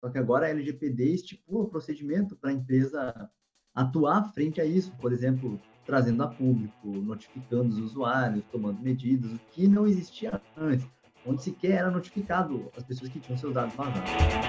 Só que agora a LGPD estipula o procedimento para a empresa atuar frente a isso, por exemplo, trazendo a público, notificando os usuários, tomando medidas, o que não existia antes, onde sequer era notificado as pessoas que tinham seus dados vazados.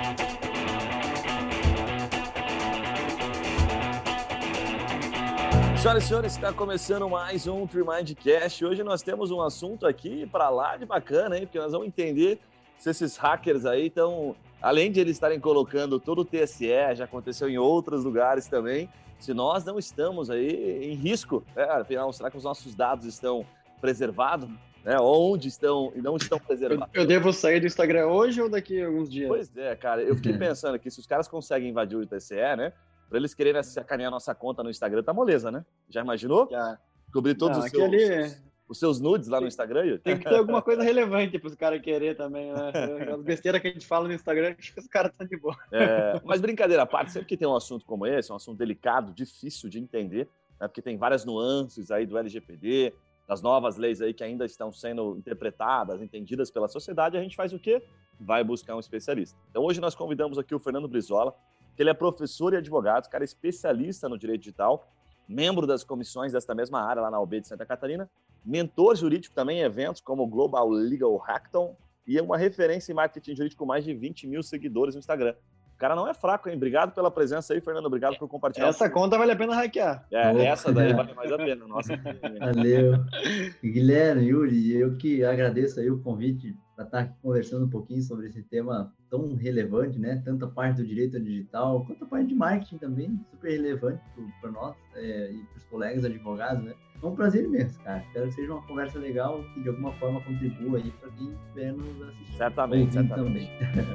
Senhoras e senhores, está começando mais um TreeMindCast. Hoje nós temos um assunto aqui para lá de bacana, hein? Porque nós vamos entender se esses hackers aí estão, além de eles estarem colocando todo o TSE, já aconteceu em outros lugares também, se nós não estamos aí em risco, né? Afinal, será que os nossos dados estão preservados? Né? Onde estão e não estão preservados? Eu devo sair do Instagram hoje ou daqui a alguns dias? Pois é, cara. Eu fiquei pensando aqui, se os caras conseguem invadir o TSE, né? Pra eles quererem sacanear nossa conta no Instagram, tá moleza, né? Já imaginou? Já. Cobrir todos os seus nudes lá no Instagram? Yuri? Tem que ter alguma coisa relevante pros caras querer também, né? As besteiras que a gente fala no Instagram, acho que os caras estão de boa. Mas brincadeira à parte, sempre que tem um assunto como esse, um assunto delicado, difícil de entender, né? Porque tem várias nuances aí do LGPD, das novas leis aí que ainda estão sendo interpretadas, entendidas pela sociedade, a gente faz o quê? Vai buscar um especialista. Então hoje nós convidamos aqui o Fernando Brizola, que ele é professor e advogado, cara especialista no direito digital, membro das comissões desta mesma área lá na UB de Santa Catarina, mentor jurídico também em eventos como o Global Legal Hackathon e é uma referência em marketing jurídico com mais de 20 mil seguidores no Instagram. O cara não é fraco, hein? Obrigado pela presença aí, Fernando. Obrigado por compartilhar. Essa conta vale a pena hackear. Essa daí vale mais a pena. Nossa. Valeu. Guilherme, Yuri, eu que agradeço aí o convite para estar aqui conversando um pouquinho sobre esse tema tão relevante, né? Tanto a parte do direito digital, quanto a parte de marketing também, super relevante para nós e para os colegas advogados, né? É um prazer imenso, cara. Espero que seja uma conversa legal que de alguma forma contribua aí para quem estiver nos assistindo. Certamente. Também.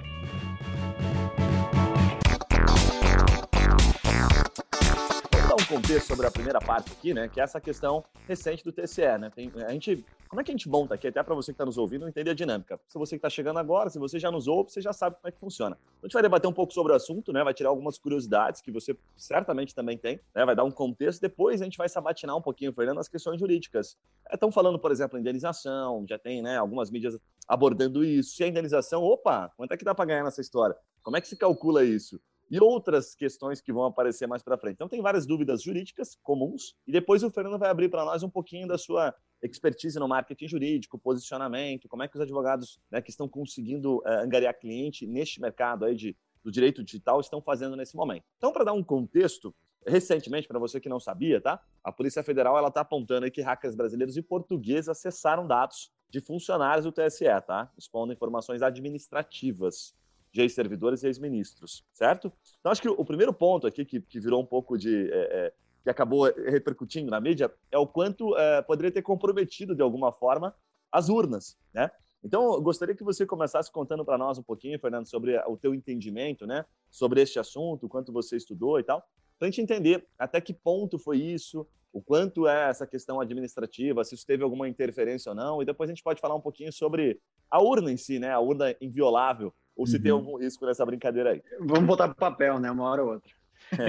Um contexto sobre a primeira parte aqui, né, que é essa questão recente do TSE, né, como é que a gente monta aqui, até para você que está nos ouvindo, entender a dinâmica. Se você que está chegando agora, se você já nos ouve, você já sabe como é que funciona. Então, a gente vai debater um pouco sobre o assunto, né, vai tirar algumas curiosidades que você certamente também tem, né, vai dar um contexto, depois a gente vai sabatinar um pouquinho, Fernando, as questões jurídicas. Estão falando, por exemplo, indenização, já tem, né, algumas mídias abordando isso. Se a indenização, quanto é que dá para ganhar nessa história? Como é que se calcula isso? E outras questões que vão aparecer mais para frente. Então, tem várias dúvidas jurídicas comuns, e depois o Fernando vai abrir para nós um pouquinho da sua expertise no marketing jurídico, posicionamento, como é que os advogados, né, que estão conseguindo angariar cliente neste mercado aí do direito digital estão fazendo nesse momento. Então, para dar um contexto, recentemente, para você que não sabia, tá? A Polícia Federal está apontando aí que hackers brasileiros e portugueses acessaram dados de funcionários do TSE, tá? Expondo informações administrativas de ex-servidores e ex-ministros, certo? Então, acho que o primeiro ponto aqui que virou um pouco que acabou repercutindo na mídia é o quanto poderia ter comprometido, de alguma forma, as urnas, né? Então, eu gostaria que você começasse contando para nós um pouquinho, Fernando, sobre o teu entendimento, né? Sobre este assunto, o quanto você estudou e tal, para a gente entender até que ponto foi isso, o quanto é essa questão administrativa, se isso teve alguma interferência ou não, e depois a gente pode falar um pouquinho sobre a urna em si, né? A urna inviolável, ou se tem algum risco nessa brincadeira aí. Vamos botar pro papel, né? Uma hora ou outra.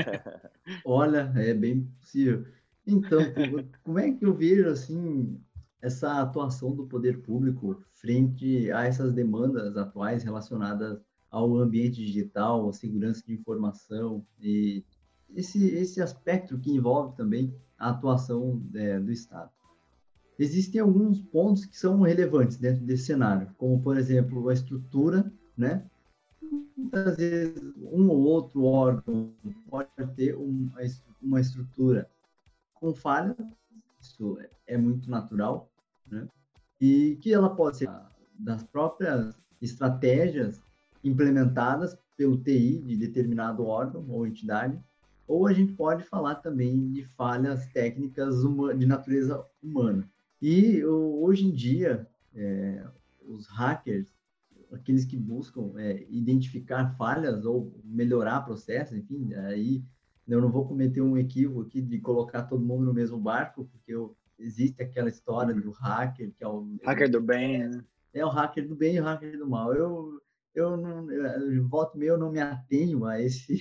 Olha, é bem possível. Então, como é que eu vejo, assim, essa atuação do poder público frente a essas demandas atuais relacionadas ao ambiente digital, à segurança de informação e esse aspecto que envolve também a atuação do Estado? Existem alguns pontos que são relevantes dentro desse cenário, como, por exemplo, a estrutura, né? Muitas vezes um ou outro órgão pode ter uma estrutura com falhas, isso é muito natural, né? E que ela pode ser das próprias estratégias implementadas pelo TI de determinado órgão ou entidade, ou a gente pode falar também de falhas técnicas de natureza humana. E hoje em dia, os hackers, aqueles que buscam identificar falhas ou melhorar processos, enfim, aí eu não vou cometer um equívoco aqui de colocar todo mundo no mesmo barco, porque existe aquela história do hacker, que é o... Hacker do bem, né? É o hacker do bem e o hacker do mal. Volta e meia, eu não me atenho a esse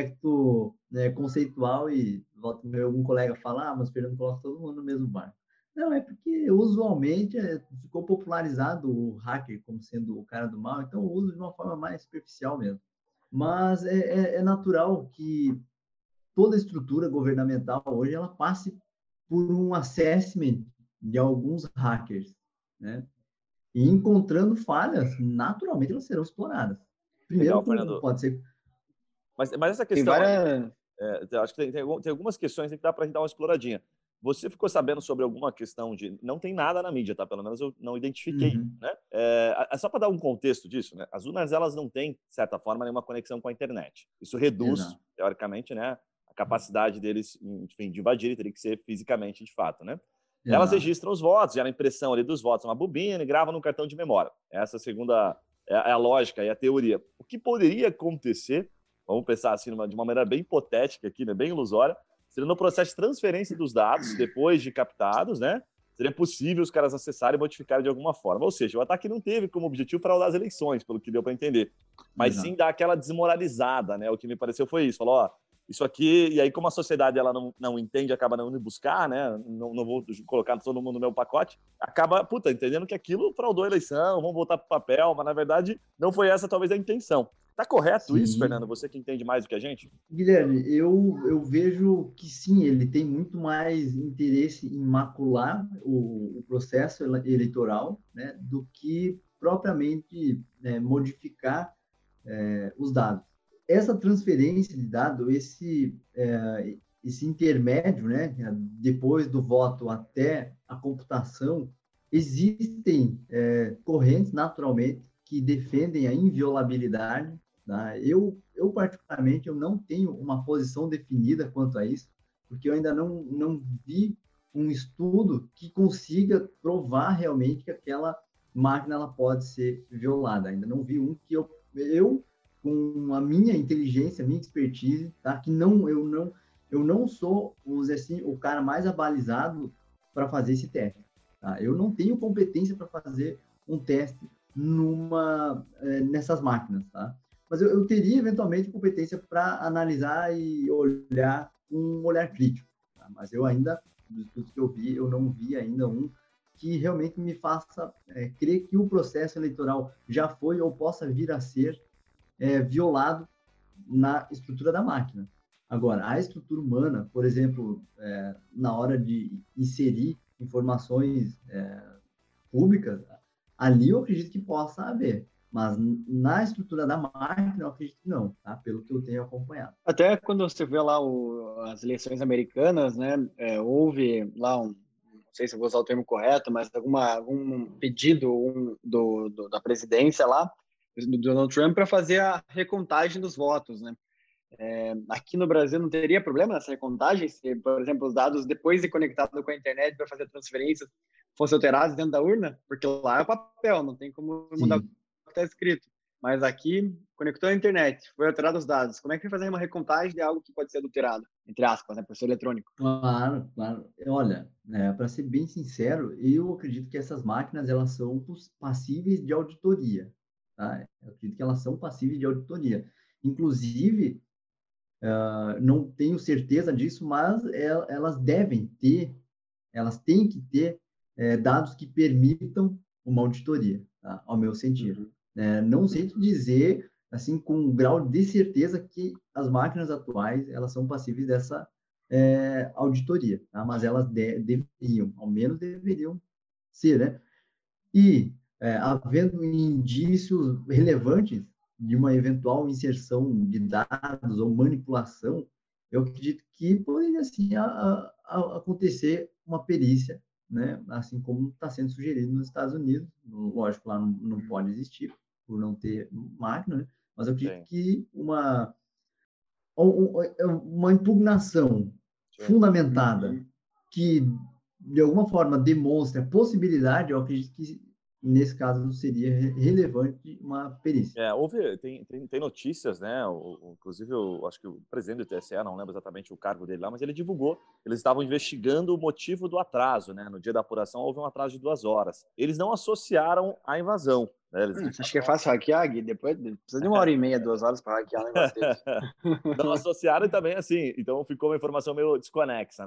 aspecto, né, conceitual, e volta e meia algum colega fala, mas Fernando coloca todo mundo no mesmo barco. Não, é porque usualmente ficou popularizado o hacker como sendo o cara do mal, então eu uso de uma forma mais superficial mesmo. Mas é natural que toda estrutura governamental hoje ela passe por um assessment de alguns hackers, né? E encontrando falhas, naturalmente elas serão exploradas. Primeiro, Legal, Fernando. pode ser. Mas essa Tem questão aí, várias. eu acho que tem algumas questões que dá para a gente dar uma exploradinha. Você ficou sabendo sobre alguma questão de... Não tem nada na mídia, tá? Pelo menos eu não identifiquei, Uhum. né? Só para dar um contexto disso, né? As urnas, elas não têm, de certa forma, nenhuma conexão com a internet. Isso reduz, Exato. teoricamente, né, a capacidade deles, enfim, de invadir, teria que ser fisicamente, de fato, né? Elas Exato. registram os votos, geram a impressão ali dos votos, uma bobina e gravam no cartão de memória. Essa segunda é a lógica e a teoria. O que poderia acontecer, vamos pensar assim de uma maneira bem hipotética aqui, né, bem ilusória, seria no processo de transferência dos dados, depois de captados, né? Seria possível os caras acessarem e modificarem de alguma forma. Ou seja, o ataque não teve como objetivo fraudar as eleições, pelo que deu para entender. Mas sim Exato. dar aquela desmoralizada, né? O que me pareceu foi isso. Falou, ó, isso aqui... E aí, como a sociedade ela não entende, acaba não indo buscar, né? Não vou colocar todo mundo no meu pacote. Acaba, entendendo que aquilo fraudou a eleição, vamos voltar para o papel, mas na verdade não foi essa talvez a intenção. Tá correto isso, Sim. Fernando? Você que entende mais do que a gente? Guilherme, eu vejo que sim, ele tem muito mais interesse em macular o processo eleitoral, né, do que propriamente modificar os dados. Essa transferência de dados, esse intermédio, né, depois do voto até a computação, existem correntes, naturalmente, que defendem a inviolabilidade. Tá? Eu, particularmente, eu não tenho uma posição definida quanto a isso, porque eu ainda não vi um estudo que consiga provar realmente que aquela máquina ela pode ser violada. Ainda não vi um que eu com a minha inteligência, a minha expertise, tá? Que eu não sou, vamos dizer assim, o cara mais abalizado para fazer esse teste. Tá? Eu não tenho competência para fazer um teste nessas máquinas, tá? Mas eu teria eventualmente competência para analisar e olhar com um olhar crítico. Tá? Mas eu ainda, dos estudos que eu vi, eu não vi ainda um que realmente me faça crer que o processo eleitoral já foi ou possa vir a ser violado na estrutura da máquina. Agora, a estrutura humana, por exemplo, na hora de inserir informações públicas, ali eu acredito que possa haver. Mas na estrutura da máquina, eu acredito que não, tá? Pelo que eu tenho acompanhado. Até quando você vê lá as eleições americanas, né, houve lá não sei se eu vou usar o termo correto, mas algum pedido da presidência lá, do Donald Trump, para fazer a recontagem dos votos, né? Aqui no Brasil não teria problema nessa recontagem se, por exemplo, os dados depois de conectado com a internet para fazer transferências fossem alterados dentro da urna? Porque lá é o papel, não tem como mudar o que está escrito. Mas aqui, conectou a internet, foi alterado os dados. Como é que vai fazer uma recontagem de algo que pode ser adulterado, entre aspas, né, por ser eletrônico? Claro, claro. Olha, para ser bem sincero, eu acredito que essas máquinas elas são passíveis de auditoria, tá? Eu acredito que elas são passíveis de auditoria. Inclusive, não tenho certeza disso, mas elas elas têm que ter dados que permitam uma auditoria, tá? Ao meu sentido. Não sei te dizer, assim, com um grau de certeza que as máquinas atuais, elas são passíveis dessa auditoria, tá? Mas elas deveriam, ao menos deveriam ser, né? E, havendo indícios relevantes de uma eventual inserção de dados ou manipulação, eu acredito que poderia, assim, acontecer uma perícia, né? Assim como está sendo sugerido nos Estados Unidos. Lógico, lá não pode existir, por não ter máquina, né? Mas eu acredito Sim. que uma impugnação Sim. fundamentada que, de alguma forma, demonstre a possibilidade, eu acredito que, nesse caso, seria relevante uma perícia. Tem notícias, né? Inclusive, eu acho que o presidente do TSE, não lembro exatamente o cargo dele lá, mas ele divulgou. Eles estavam investigando o motivo do atraso, né? No dia da apuração houve um atraso de 2 horas. Eles não associaram a invasão. Né? Você acha que é fácil hackear, Gui? Depois precisa de 1h30, 2 horas para hackear um negócio desse. Não associaram e também assim. Então ficou uma informação meio desconexa, né?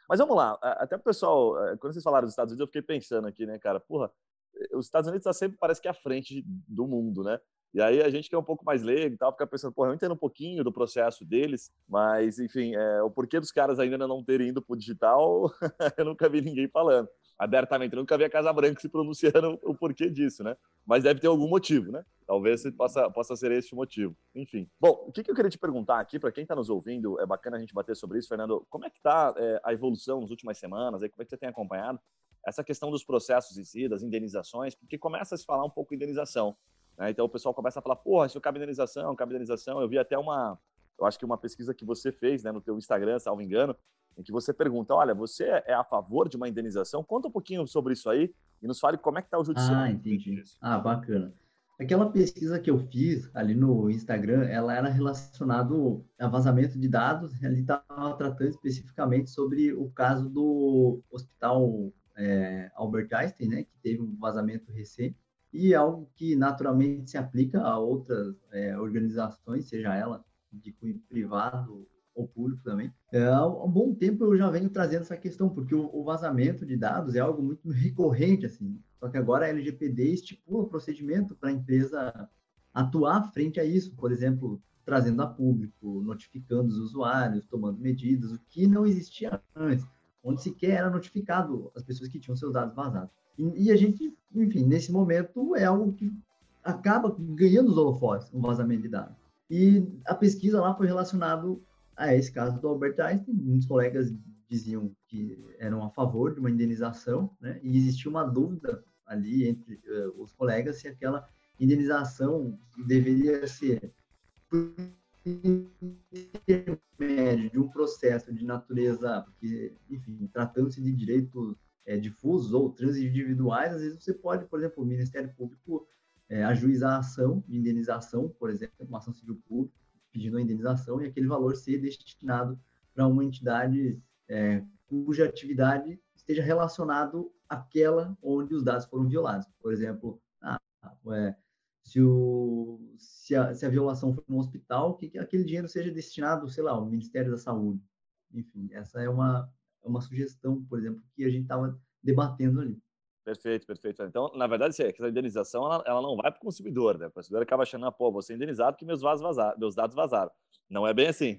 Mas vamos lá, até o pessoal, quando vocês falaram dos Estados Unidos, eu fiquei pensando aqui, né, cara, porra, os Estados Unidos tá sempre, parece que à frente do mundo, né? E aí a gente que é um pouco mais leigo e tal, fica pensando, porra, eu entendo um pouquinho do processo deles, mas, enfim, o porquê dos caras ainda não terem ido pro digital, eu nunca vi ninguém falando. Abertamente, eu nunca vi a Casa Branca se pronunciando o porquê disso, né? Mas deve ter algum motivo, né? Talvez possa ser esse o motivo. Enfim. Bom, o que eu queria te perguntar aqui, para quem está nos ouvindo, é bacana a gente bater sobre isso, Fernando, como é que está a evolução nas últimas semanas? Aí, como é que você tem acompanhado essa questão dos processos em si, das indenizações? Porque começa a se falar um pouco de indenização, né? Então o pessoal começa a falar, porra, isso cabe indenização, cabe indenização. Eu vi até eu acho que uma pesquisa que você fez, né, no teu Instagram, salvo engano, em que você pergunta, olha, você é a favor de uma indenização? Conta um pouquinho sobre isso aí e nos fale como é que está o judiciário. Ah, entendi. Ah, bacana. Aquela pesquisa que eu fiz ali no Instagram, ela era relacionada a vazamento de dados, ele estava tratando especificamente sobre o caso do hospital Albert Einstein, né, que teve um vazamento recente, e algo que naturalmente se aplica a outras organizações, seja ela de cunho privado ou público também. Há um bom tempo eu já venho trazendo essa questão, porque o vazamento de dados é algo muito recorrente, assim. Só que agora a LGPD estipula o procedimento para a empresa atuar frente a isso, por exemplo, trazendo a público, notificando os usuários, tomando medidas, o que não existia antes, onde sequer era notificado as pessoas que tinham seus dados vazados. E a gente, enfim, nesse momento é algo que acaba ganhando os holofotes, um vazamento de dados. E a pesquisa lá foi relacionada a esse caso do Albert Einstein. Muitos colegas diziam que eram a favor de uma indenização, né? E existia uma dúvida ali entre os colegas se aquela indenização deveria ser por intermédio de um processo de natureza, que, enfim, tratando-se de direitos difusos ou transindividuais, às vezes você pode, por exemplo, o Ministério Público ajuizar a ação de indenização, por exemplo, uma ação civil pública, pedindo a indenização e aquele valor ser destinado para uma entidade cuja atividade esteja relacionado àquela onde os dados foram violados. Por exemplo, se a violação for no hospital, que aquele dinheiro seja destinado, sei lá, ao Ministério da Saúde. Enfim, essa é uma sugestão, por exemplo, que a gente estava debatendo ali. Perfeito, perfeito. Então, na verdade, essa indenização ela não vai para o consumidor, né? O consumidor acaba achando, pô, vou ser indenizado porque meus dados vazaram. Não é bem assim.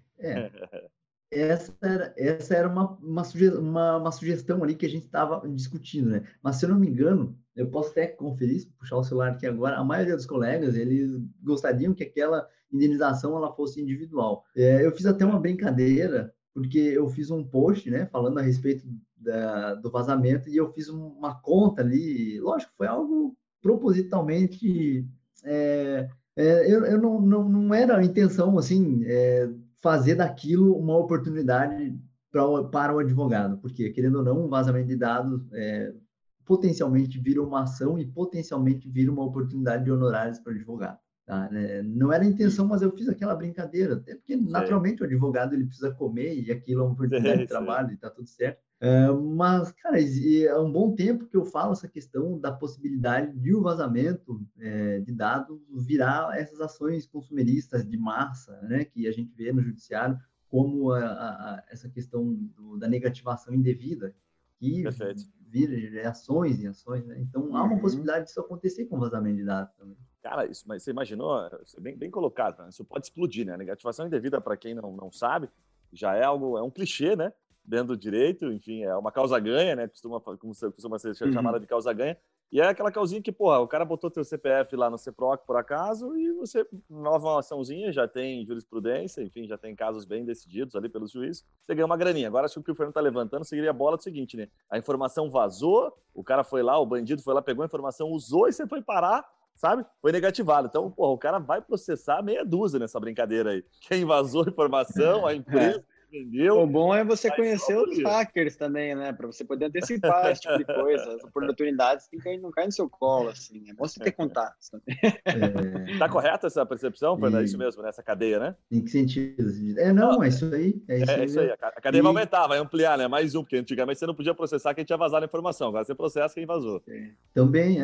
Essa era uma sugestão ali que a gente estava discutindo, né? Mas, se eu não me engano, eu posso até conferir, puxar o celular aqui agora, a maioria dos colegas, eles gostariam que aquela indenização ela fosse individual. Eu fiz até uma brincadeira, porque eu fiz um post, né, falando a respeito do vazamento, e eu fiz uma conta ali, lógico, foi algo propositalmente, eu não era a intenção, assim, fazer daquilo uma oportunidade para o advogado, porque, querendo ou não, um vazamento de dados potencialmente vira uma ação e potencialmente vira uma oportunidade de honorários para o advogado. Tá? Não era a intenção, mas eu fiz aquela brincadeira, até porque naturalmente o advogado ele precisa comer e aquilo é uma oportunidade de trabalho e está tudo certo. Mas, cara, é um bom tempo que eu falo essa questão da possibilidade de o vazamento de dados virar essas ações consumeristas de massa, né, que a gente vê no judiciário, como essa questão da negativação indevida, que vira ações e ações, né? Então, há uma possibilidade disso acontecer com vazamento de dados também. Cara, isso, mas você imaginou, bem colocado, né? Isso pode explodir, né? A negativação indevida, para quem não sabe, já é algo, é um clichê, né? Dentro do direito, enfim, é uma causa-ganha, né? Costuma ser chamada de causa-ganha. E é aquela causinha que, porra, o cara botou teu CPF lá no CPROC por acaso e você, nova uma açãozinha, já tem jurisprudência, enfim, já tem casos bem decididos ali pelos juízes, você ganha uma graninha. Agora, acho que o que o Fernando tá levantando seria a bola do seguinte, né? A informação vazou, o cara foi lá, o bandido foi lá, pegou a informação, usou e você foi parar, sabe? Foi negativado. Então, porra, o cara vai processar meia dúzia nessa brincadeira aí. Quem vazou a informação, a empresa vendeu. O bom é você conhecer os hackers também, né? Para você poder antecipar esse tipo de coisa. As oportunidades não caem no seu colo, assim. É bom você ter contatos também. Tá correta essa percepção, Fernando? É isso mesmo, nessa cadeia, né? Em que sentido? É isso aí. É isso aí. A cadeia vai aumentar, vai ampliar, né? Mais um, porque antigamente você não podia processar quem tinha vazado a informação. Agora você processa quem vazou. Também.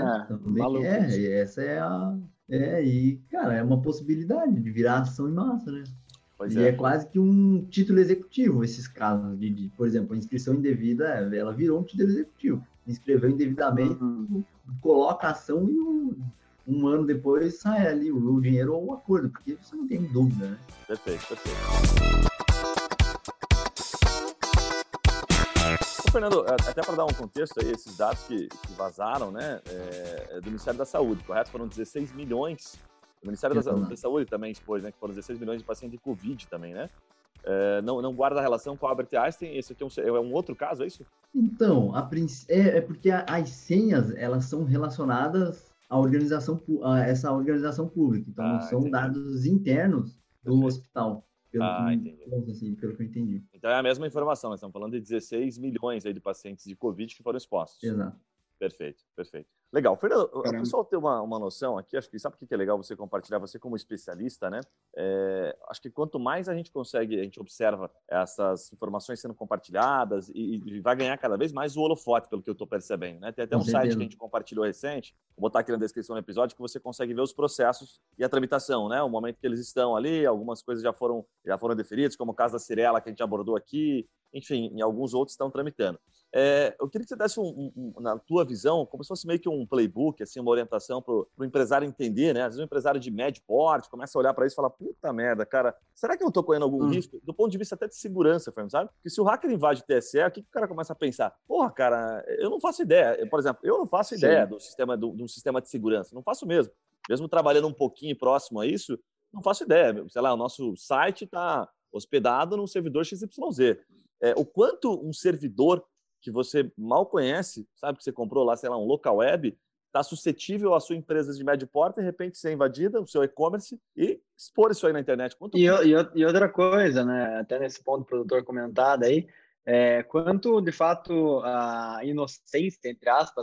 Essa é e, cara, é uma possibilidade de virar ação em massa, né? E é quase que um título executivo, esses casos por exemplo, a inscrição indevida, ela virou um título executivo. Inscreveu indevidamente, coloca a ação e um ano depois sai ali o dinheiro ou o acordo, porque você não tem dúvida, né? Perfeito. Fernando, até para dar um contexto aí, esses dados que vazaram, né, do Ministério da Saúde, correto? Foram 16 milhões. O Ministério da Saúde também expôs, né, que foram 16 milhões de pacientes de Covid também, né? Não guarda relação com o Albert Einstein. Esse aqui é um outro caso, é isso? Então, porque as senhas, elas são relacionadas a essa organização pública. Então, são dados internos do hospital. Pelo que eu entendi. Então é a mesma informação, nós estamos falando de 16 milhões aí de pacientes de Covid que foram expostos. Exato. Perfeito. Legal. Fernando, o pessoal tem uma noção aqui, acho que sabe o que é legal você compartilhar, você como especialista, né? Acho que quanto mais a gente observa essas informações sendo compartilhadas e vai ganhar cada vez mais o holofote, pelo que eu estou percebendo, né? Tem até um site que a gente compartilhou recente, vou botar aqui na descrição do episódio, que você consegue ver os processos e a tramitação, né? O momento que eles estão ali, algumas coisas já foram deferidas, como o caso da Cirela, que a gente abordou aqui, enfim, e alguns outros estão tramitando. Eu queria que você desse, na tua visão, como se fosse meio que um playbook, assim, uma orientação para o empresário entender, né? Às vezes um empresário de médio porte começa a olhar para isso e fala, puta merda, cara, será que eu estou correndo algum risco? Do ponto de vista até de segurança, sabe? Porque se o hacker invade o TSE, o que o cara começa a pensar? Porra, cara, eu não faço ideia. Por exemplo, eu não faço ideia de um sistema de segurança. Não faço mesmo. Mesmo trabalhando um pouquinho próximo a isso, não faço ideia. Sei lá, o nosso site está hospedado num servidor XYZ. O quanto um servidor que você mal conhece, sabe, que você comprou lá, sei lá, um local web, está suscetível à sua empresa de médio porte, de repente ser invadida, o seu e-commerce, e expor isso aí na internet. E outra coisa, né, até nesse ponto o produtor comentado aí, quanto, de fato, a inocência, entre aspas,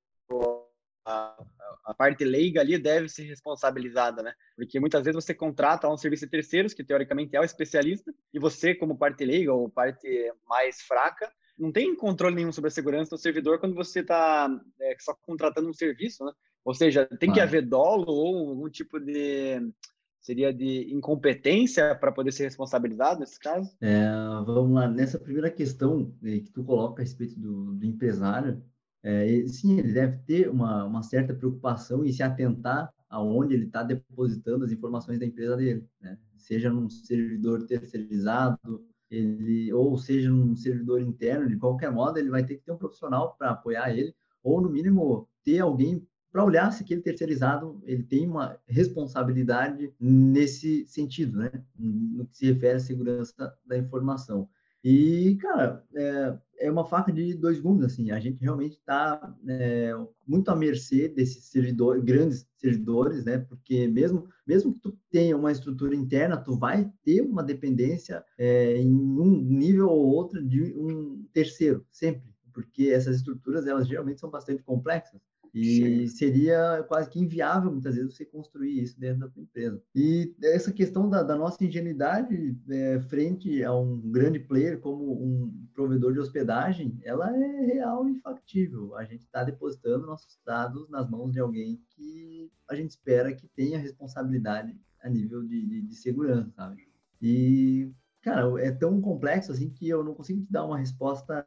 a parte leiga ali deve ser responsabilizada, né? Porque muitas vezes você contrata um serviço de terceiros, que teoricamente é o especialista, e você, como parte leiga ou parte mais fraca, não tem controle nenhum sobre a segurança do servidor quando você está só contratando um serviço, né? Ou seja, tem que haver dolo ou algum tipo de incompetência para poder ser responsabilizado nesse caso? Vamos lá, nessa primeira questão que tu coloca a respeito do empresário, sim, ele deve ter uma certa preocupação e se atentar aonde ele está depositando as informações da empresa dele, né? Seja num servidor terceirizado, ou seja num servidor interno, de qualquer modo, ele vai ter que ter um profissional para apoiar ele, ou no mínimo ter alguém para olhar se aquele terceirizado ele tem uma responsabilidade nesse sentido, né? No que se refere à segurança da informação. E, cara, é uma faca de dois gumes, assim, a gente realmente está muito à mercê desses grandes servidores, né? Porque mesmo que tu tenha uma estrutura interna, tu vai ter uma dependência em um nível ou outro de um terceiro, sempre, porque essas estruturas, elas geralmente são bastante complexas. E seria quase que inviável, muitas vezes, você construir isso dentro da tua empresa. E essa questão da nossa ingenuidade frente a um grande player como um provedor de hospedagem, ela é real e factível. A gente está depositando nossos dados nas mãos de alguém que a gente espera que tenha responsabilidade a nível de segurança, sabe? E, cara, é tão complexo assim que eu não consigo te dar uma resposta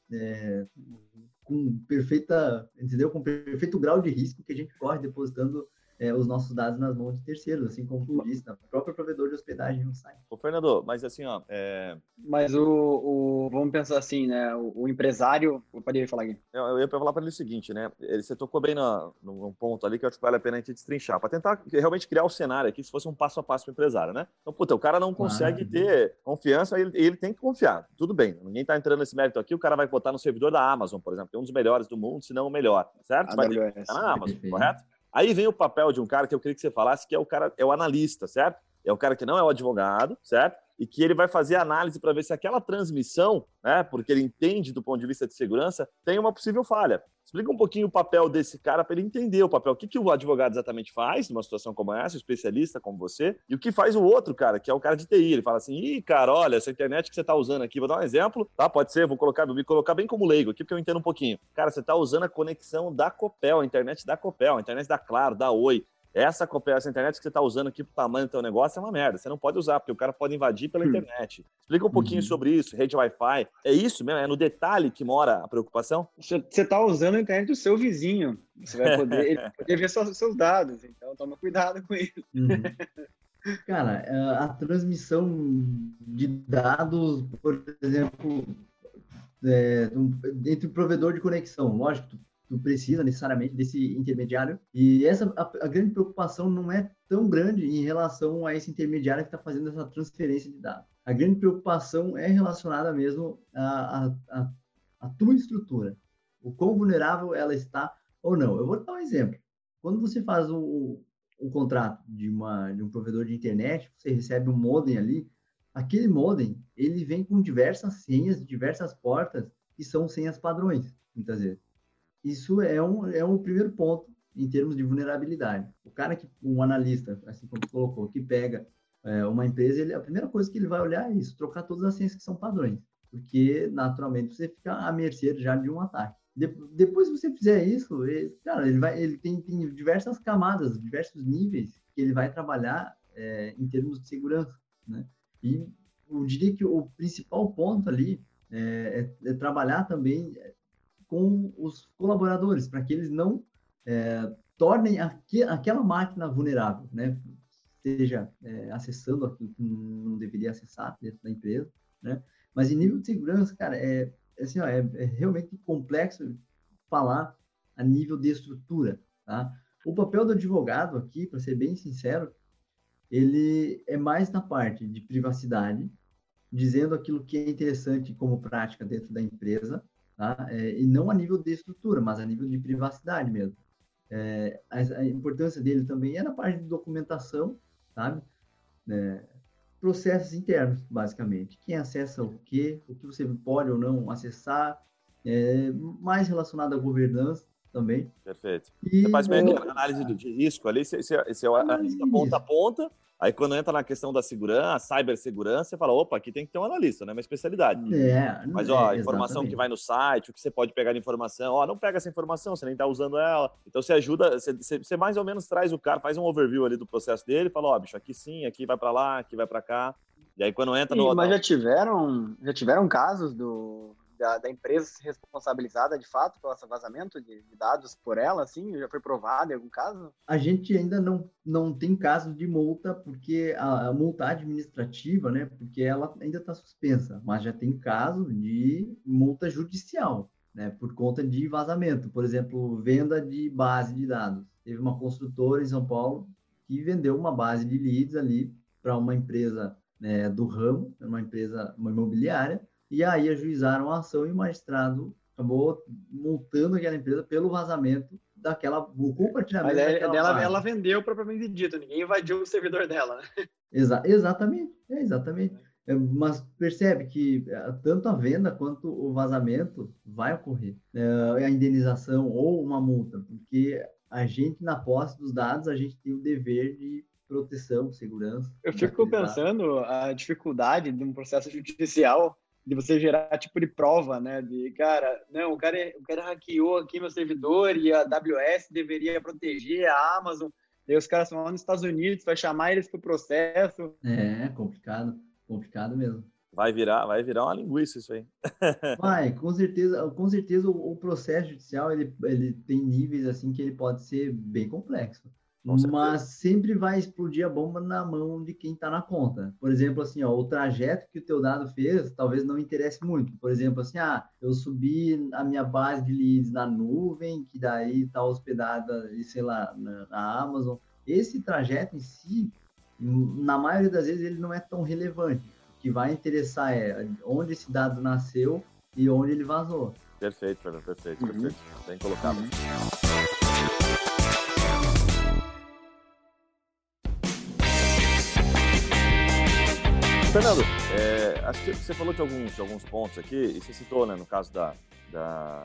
com perfeito grau de risco que a gente corre depositando os nossos dados nas mãos de terceiros, assim como tu disse, na própria provedor de hospedagem no site. Ô, Fernando, mas assim, Mas vamos pensar assim, né? O empresário... Pode falar aqui. Eu ia falar para ele o seguinte, né? Você tocou bem num ponto ali que eu acho que vale a pena a gente destrinchar, para tentar realmente criar o cenário aqui, se fosse um passo a passo para o empresário, né? Então, o cara não consegue ter confiança, ele tem que confiar. Tudo bem, ninguém está entrando nesse mérito aqui, o cara vai botar no servidor da Amazon, por exemplo, que é um dos melhores do mundo, se não o melhor, certo? Vai ter que na Amazon, correto? Aí vem o papel de um cara que eu queria que você falasse, que é o analista, certo? É o cara que não é o advogado, certo? E que ele vai fazer análise para ver se aquela transmissão, né, porque ele entende do ponto de vista de segurança, tem uma possível falha. Explica um pouquinho o papel desse cara para ele entender o papel. O que o advogado exatamente faz numa situação como essa, o especialista como você, e o que faz o outro cara, que é o cara de TI. Ele fala assim, cara, olha, essa internet que você está usando aqui, vou dar um exemplo, tá? Pode ser, vou me colocar bem como leigo aqui, porque eu entendo um pouquinho. Cara, você está usando a conexão da Copel, a internet da Copel, a internet da Claro, da Oi. essa internet que você está usando aqui para o tamanho do teu negócio é uma merda. Você não pode usar, porque o cara pode invadir pela internet. Explica um pouquinho sobre isso, rede Wi-Fi. É isso mesmo? É no detalhe que mora a preocupação? Você está usando a internet do seu vizinho. Você vai poder ver seus dados. Então, toma cuidado com isso. Cara, a transmissão de dados, por exemplo, entre o provedor de conexão, lógico, tu precisa necessariamente desse intermediário, e a grande preocupação não é tão grande em relação a esse intermediário que está fazendo essa transferência de dados. A grande preocupação é relacionada mesmo à tua estrutura, o quão vulnerável ela está ou não. Eu vou dar um exemplo. Quando você faz um contrato de um provedor de internet, você recebe um modem ali, aquele modem, ele vem com diversas senhas, diversas portas, que são senhas padrões, muitas vezes. Isso é um primeiro ponto em termos de vulnerabilidade. Um analista, assim como você colocou, que pega uma empresa, a primeira coisa que ele vai olhar é isso, trocar todas as senhas que são padrões, porque, naturalmente, você fica à mercê já de um ataque. Depois que você fizer isso, ele tem diversas camadas, diversos níveis que ele vai trabalhar em termos de segurança, né? E eu diria que o principal ponto ali é trabalhar também com os colaboradores, para que eles não tornem aquela máquina vulnerável, né? Seja acessando aquilo que não deveria acessar dentro da empresa, né? Mas em nível de segurança, cara, é realmente complexo falar a nível de estrutura, tá? O papel do advogado aqui, para ser bem sincero, ele é mais na parte de privacidade, dizendo aquilo que é interessante como prática dentro da empresa, tá? E não a nível de estrutura, mas a nível de privacidade mesmo. A importância dele também é na parte de documentação, sabe? Processos internos, basicamente. Quem acessa o que você pode ou não acessar, mais relacionado à governança também. Perfeito. Você faz meio que análise de risco ali, você analisa ponta a ponta, aí quando entra na questão da segurança, cibersegurança, você fala, opa, aqui tem que ter um analista, né? Uma especialidade. Mas, a informação exatamente. que vai no site, o que você pode pegar de informação, não pega essa informação, você nem está usando ela. Então, você ajuda, você mais ou menos traz o cara, faz um overview ali do processo dele, fala, bicho, aqui sim, aqui vai para lá, aqui vai para cá. E aí, quando entra no... Mas já tiveram casos da empresa ser responsabilizada, de fato, pelo vazamento de dados por ela, assim? Já foi provado em algum caso? A gente ainda não tem caso de multa, porque a multa administrativa, né? Porque ela ainda está suspensa, mas já tem caso de multa judicial, né? Por conta de vazamento. Por exemplo, venda de base de dados. Teve uma construtora em São Paulo que vendeu uma base de leads ali para uma empresa, né, do ramo, uma imobiliária, e aí ajuizaram a ação e o magistrado acabou multando aquela empresa pelo vazamento o compartilhamento daquela base. Ela vendeu propriamente dito, ninguém invadiu o servidor dela, né? Exatamente. Mas percebe que tanto a venda quanto o vazamento vai ocorrer. A indenização ou uma multa, porque a gente, na posse dos dados, a gente tem o dever de proteção, segurança. Eu fico pensando a dificuldade de um processo judicial de você gerar tipo de prova, né? De, o cara hackeou aqui meu servidor e a AWS deveria proteger a Amazon. Daí os caras vão lá nos Estados Unidos, vai chamar eles pro processo. Complicado mesmo. Vai virar uma linguiça isso aí. Vai, com certeza o processo judicial, ele tem níveis assim que ele pode ser bem complexo. Mas sempre vai explodir a bomba na mão de quem está na ponta. Por exemplo, assim, o trajeto que o teu dado fez talvez não interesse muito. Por exemplo, assim, eu subi a minha base de leads na nuvem, que daí está hospedada, sei lá, na Amazon. Esse trajeto em si, na maioria das vezes, ele não é tão relevante. O que vai interessar é onde esse dado nasceu e onde ele vazou. Perfeito, Fernando, perfeito. Bem colocado. Fernando, acho que você falou de alguns pontos aqui, e você citou, né, no caso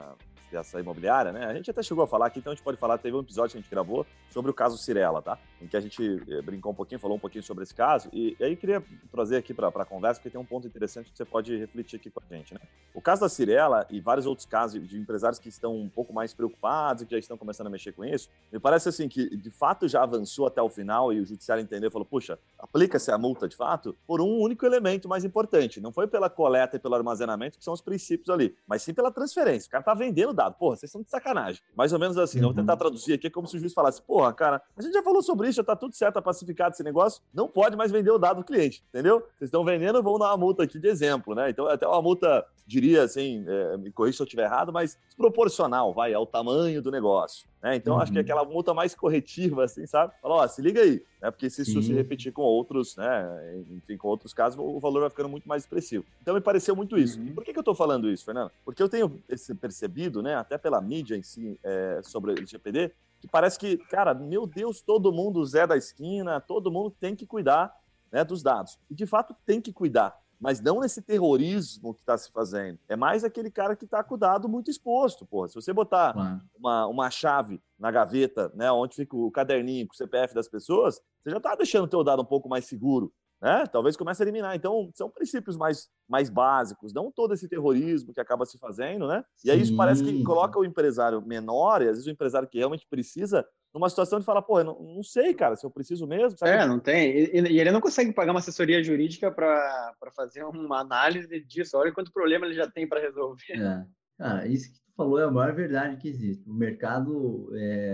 dessa imobiliária, né? A gente até chegou a falar aqui, então a gente pode falar, teve um episódio que a gente gravou sobre o caso Cyrela, tá? Em que a gente brincou um pouquinho, falou um pouquinho sobre esse caso, e aí queria trazer aqui para a conversa, porque tem um ponto interessante que você pode refletir aqui com a gente, né? O caso da Cyrela e vários outros casos de empresários que estão um pouco mais preocupados e que já estão começando a mexer com isso, me parece assim que de fato já avançou até o final e o judiciário entendeu e falou, puxa, aplica-se a multa de fato por um único elemento mais importante, não foi pela coleta e pelo armazenamento, que são os princípios ali, mas sim pela transferência. O cara tá vendendo dado. Porra, vocês estão de sacanagem. Mais ou menos assim, eu vou tentar traduzir aqui, como se o juiz falasse, porra, cara, a gente já falou sobre isso, já tá tudo certo, tá pacificado esse negócio, não pode mais vender o dado do cliente, entendeu? Vocês estão vendendo, vão dar uma multa aqui de exemplo, né? Então, até uma multa, diria assim, me corrija se eu estiver errado, mas desproporcional, vai, ao tamanho do negócio, né? Então, acho que é aquela multa mais corretiva, assim, sabe? Fala, ó, se liga aí, né? Porque se isso se repetir com outros, né? Enfim, com outros casos, o valor vai ficando muito mais expressivo. Então, me pareceu muito isso. E por que eu tô falando isso, Fernando? Porque eu tenho percebido, né, até pela mídia em si, sobre o LGPD, que parece que, cara, meu Deus, todo mundo Zé da esquina, todo mundo tem que cuidar, né, dos dados. E, de fato, tem que cuidar. Mas não nesse terrorismo que está se fazendo. É mais aquele cara que está com o dado muito exposto, porra. Se você botar uma chave na gaveta, né, onde fica o caderninho com o CPF das pessoas, você já está deixando o teu dado um pouco mais seguro, né? Talvez comece a eliminar. Então, são princípios mais básicos, não todo esse terrorismo que acaba se fazendo, né? E aí isso parece que coloca o empresário menor, e às vezes o empresário que realmente precisa, numa situação de falar, pô, eu não sei, cara, se eu preciso mesmo. Sabe? Não tem. E ele não consegue pagar uma assessoria jurídica para fazer uma análise disso. Olha quanto problema ele já tem para resolver. Cara, isso que tu falou é a maior verdade que existe. O mercado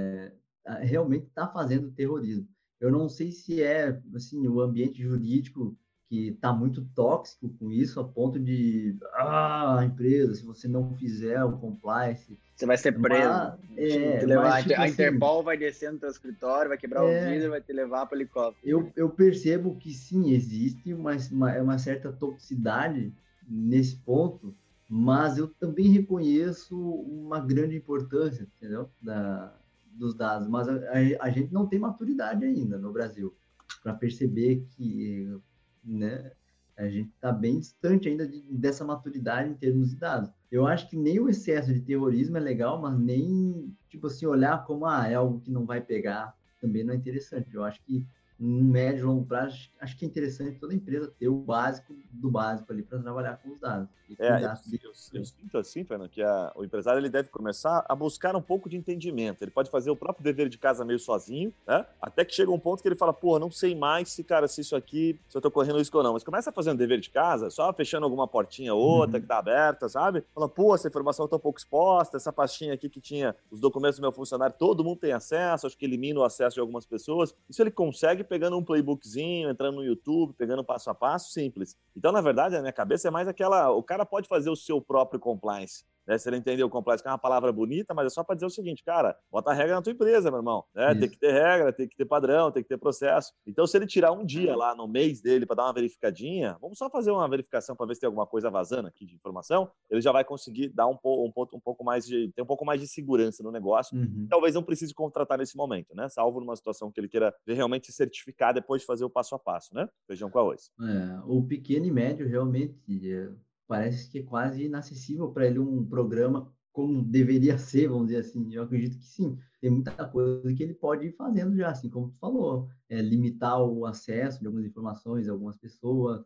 realmente está fazendo terrorismo. Eu não sei se é assim, o ambiente jurídico que está muito tóxico com isso, a ponto de empresa, se você não fizer o compliance, você vai ser preso. A Interpol assim, vai descer no teu escritório, vai quebrar o vidro e vai te levar para o helicóptero. Eu percebo que sim, existe uma certa toxicidade nesse ponto, mas eu também reconheço uma grande importância, entendeu? Dos dados, mas a gente não tem maturidade ainda no Brasil para perceber que, né, a gente está bem distante ainda dessa maturidade em termos de dados. Eu acho que nem o excesso de terrorismo é legal, mas nem, tipo assim, olhar como é algo que não vai pegar também não é interessante. Eu acho que no médio e longo prazo, acho que é interessante toda empresa ter o básico do básico ali para trabalhar com os dados. Eu sinto assim, Fernando, que o empresário ele deve começar a buscar um pouco de entendimento. Ele pode fazer o próprio dever de casa meio sozinho, né? Até que chega um ponto que ele fala, pô, não sei mais se isso aqui, se eu tô correndo risco ou não. Mas começa a fazer um dever de casa, só fechando alguma portinha ou outra que tá aberta, sabe? Fala, pô, essa informação tá um pouco exposta, essa pastinha aqui que tinha os documentos do meu funcionário, todo mundo tem acesso, acho que elimina o acesso de algumas pessoas. Isso ele consegue pegando um playbookzinho, entrando no YouTube, pegando passo a passo, simples. Então, na verdade, na minha cabeça é mais o cara pode fazer o seu próprio compliance, né? Se ele entender o compliance, que é uma palavra bonita, mas é só para dizer o seguinte, cara, bota a regra na tua empresa, meu irmão, né? Tem que ter regra, tem que ter padrão, tem que ter processo. Então, se ele tirar um dia lá no mês dele para dar uma verificadinha, vamos só fazer uma verificação para ver se tem alguma coisa vazando aqui de informação, ele já vai conseguir dar um pouco mais de segurança no negócio. Talvez não precise contratar nesse momento, né? Salvo numa situação que ele queira realmente se certificar depois de fazer o passo a passo, né? Feijão com arroz. O pequeno e médio realmente parece que é quase inacessível para ele um programa como deveria ser, vamos dizer assim. Eu acredito que sim, tem muita coisa que ele pode ir fazendo já, assim como tu falou, limitar o acesso de algumas informações de algumas pessoas,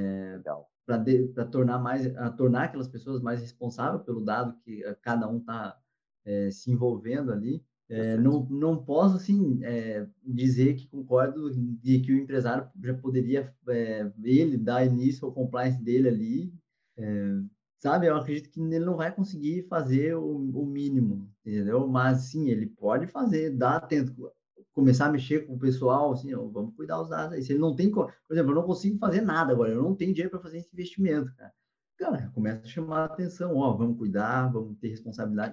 para tornar aquelas pessoas mais responsáveis pelo dado que cada um está se envolvendo ali. Não posso, assim, dizer que concordo de que o empresário já poderia, ele dar início ao compliance dele ali, sabe? Eu acredito que ele não vai conseguir fazer o mínimo, entendeu? Mas, sim, ele pode fazer, começar a mexer com o pessoal, assim, vamos cuidar dos dados aí. Se ele não tem, por exemplo, eu não consigo fazer nada agora, eu não tenho dinheiro para fazer esse investimento, cara, começa a chamar a atenção, vamos cuidar, vamos ter responsabilidade,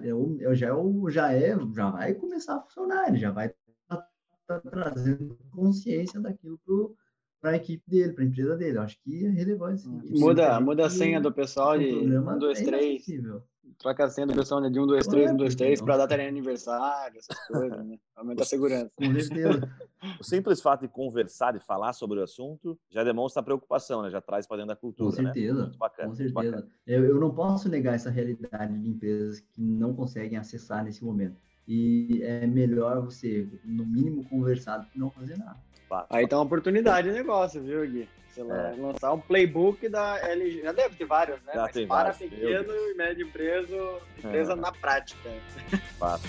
já vai começar a funcionar, ele já vai tá trazendo consciência daquilo para a equipe dele, para a empresa dele. Eu acho que é relevante. Muda a senha do pessoal de 1, 2, 3. troca a senha do pessoal, né, de 1, 2, 3, 1, 2, 3, para data de aniversário, essas coisas, né? Aumenta a segurança. Com certeza. O simples fato de conversar e falar sobre o assunto já demonstra preocupação, né? Já traz para dentro da cultura, Com certeza, né? Muito bacana, com muito bacana. certeza. Eu não posso negar essa realidade de empresas que não conseguem acessar nesse momento. E é melhor você, no mínimo, conversar do que não fazer nada. Aí tá uma oportunidade de negócio, viu, Gui? Você lançar um playbook da LG. Já deve ter vários, né? Já mas tem para vários, pequeno e médio empresa na prática. Fato.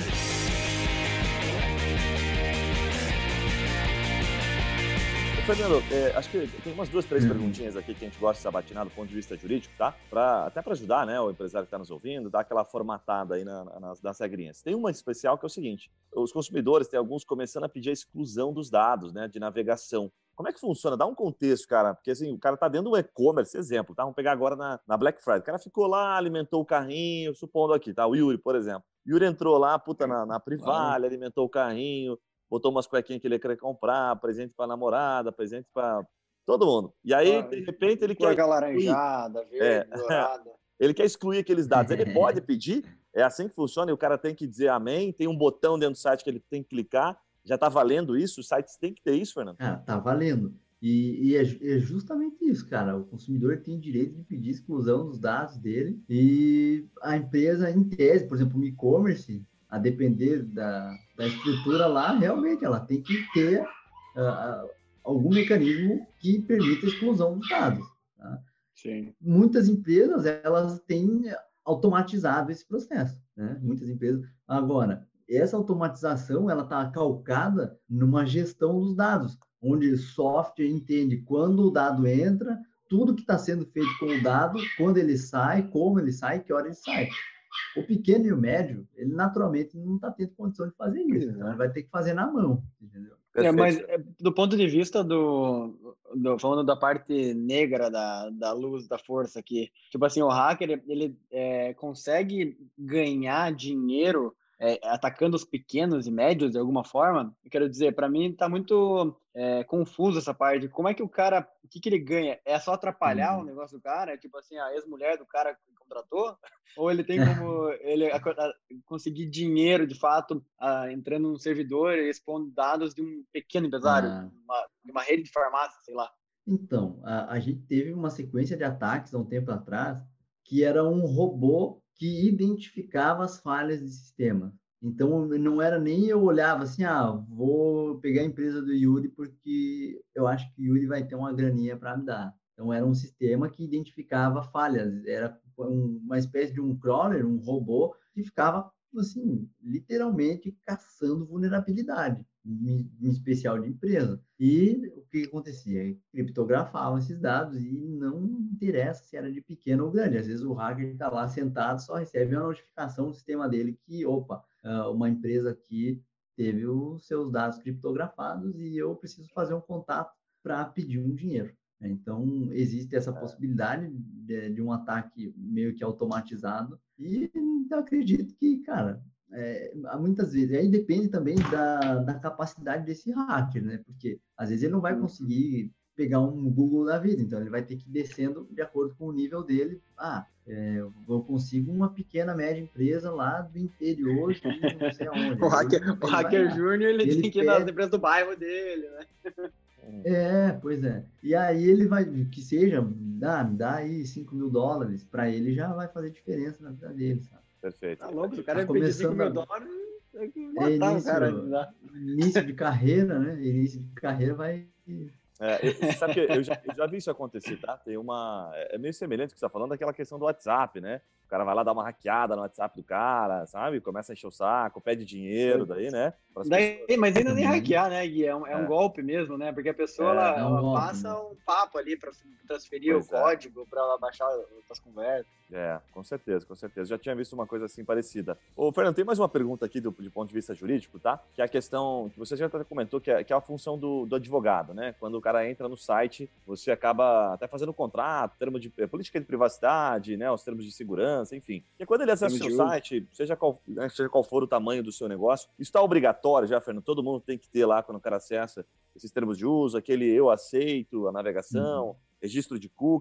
Fernando, acho que tem umas 2, 3 perguntinhas aqui que a gente gosta de sabatinar do ponto de vista jurídico, tá? Até para ajudar, né, o empresário que está nos ouvindo, dar aquela formatada aí nas regrinhas. Tem uma especial que é o seguinte: os consumidores, tem alguns começando a pedir a exclusão dos dados, né, de navegação. Como é que funciona? Dá um contexto, cara, porque assim, o cara tá dentro do e-commerce, exemplo, tá? Vamos pegar agora na Black Friday. O cara ficou lá, alimentou o carrinho, supondo aqui, tá? O Yuri, por exemplo. O Yuri entrou lá, na Privale, alimentou o carrinho, botou umas cuequinhas que ele queria comprar, presente para namorada, presente para todo mundo. E aí, de repente, ele quer... Cueca laranjada, verde, dourada. Ele quer excluir aqueles dados. Ele pode pedir? É assim que funciona? E o cara tem que dizer amém? Tem um botão dentro do site que ele tem que clicar? Já está valendo isso? Os sites têm que ter isso, Fernando? Tá valendo. E é justamente isso, cara. O consumidor tem direito de pedir exclusão dos dados dele e a empresa, em tese, por exemplo, o e-commerce, a depender da estrutura lá, realmente ela tem que ter algum mecanismo que permita a exclusão dos dados. Tá? Sim. Muitas empresas, elas têm automatizado esse processo, né? Muitas empresas. Agora, essa automatização, ela está calcada numa gestão dos dados, onde o software entende quando o dado entra, tudo que está sendo feito com o dado, quando ele sai, como ele sai, que hora ele sai. O pequeno e o médio, ele naturalmente não está tendo condição de fazer isso, então ele vai ter que fazer na mão, entendeu? Mas do ponto de vista falando da parte negra da luz, da força aqui, tipo assim, o hacker, ele consegue ganhar dinheiro atacando os pequenos e médios de alguma forma? Eu quero dizer, para mim tá muito confuso essa parte. Como é que o cara, o que ele ganha? É só atrapalhar o negócio do cara? É tipo assim, a ex-mulher do cara que contratou? Ou ele tem como ele conseguir dinheiro, de fato, entrando num servidor e expondo dados de um pequeno empresário, de uma rede de farmácia, sei lá? Então, a gente teve uma sequência de ataques há um tempo atrás que era um robô que identificava as falhas de sistema. Então, não era nem eu olhava assim, vou pegar a empresa do Yuri porque eu acho que o Yuri vai ter uma graninha para me dar. Então, era um sistema que identificava falhas. Era uma espécie de um crawler, um robô, que ficava, assim, literalmente caçando vulnerabilidade, em especial de empresa. E o que acontecia? Criptografavam esses dados e não interessa se era de pequeno ou grande. Às vezes o hacker está lá sentado, só recebe uma notificação do sistema dele que, uma empresa aqui teve os seus dados criptografados e eu preciso fazer um contato para pedir um dinheiro. Então, existe essa possibilidade de um ataque meio que automatizado e eu acredito que, cara, muitas vezes, aí depende também da capacidade desse hacker, né? Porque às vezes ele não vai conseguir pegar um Google da vida, então ele vai ter que ir descendo de acordo com o nível dele. Eu consigo uma pequena, média empresa lá do interior, não sei aonde. O hacker júnior, ele tem que ir nas empresas do bairro dele, né? Pois é. E aí ele vai, que seja, me dá aí $5.000, para ele já vai fazer diferença na vida dele, sabe? Perfeito. Tá louco, se o cara pedir $5.000, tem que matar o cara. Início de carreira, né? Início de carreira vai... Sabe que eu já vi isso acontecer, tá? Tem é meio semelhante ao que você está falando, daquela questão do WhatsApp, né? O cara vai lá dar uma hackeada no WhatsApp do cara, sabe? Começa a encher o saco, pede dinheiro daí, né? Mas ainda nem hackear, né, Gui? É um golpe mesmo, né? Porque a pessoa ela passa um papo ali para transferir o código, para ela baixar as conversas. Com certeza, com certeza. Já tinha visto uma coisa assim parecida. Ô, Fernando, tem mais uma pergunta aqui de ponto de vista jurídico, tá? Que é a questão que você já até comentou, que é a função do advogado, né? Quando o cara entra no site, você acaba até fazendo contrato, termo de política de privacidade, né? Os termos de segurança, enfim. E quando ele acessa o seu site, seja qual for o tamanho do seu negócio, isso está obrigatório já, Fernando? Todo mundo tem que ter lá, quando o cara acessa, esses termos de uso, aquele eu aceito, a navegação, registro de cookies.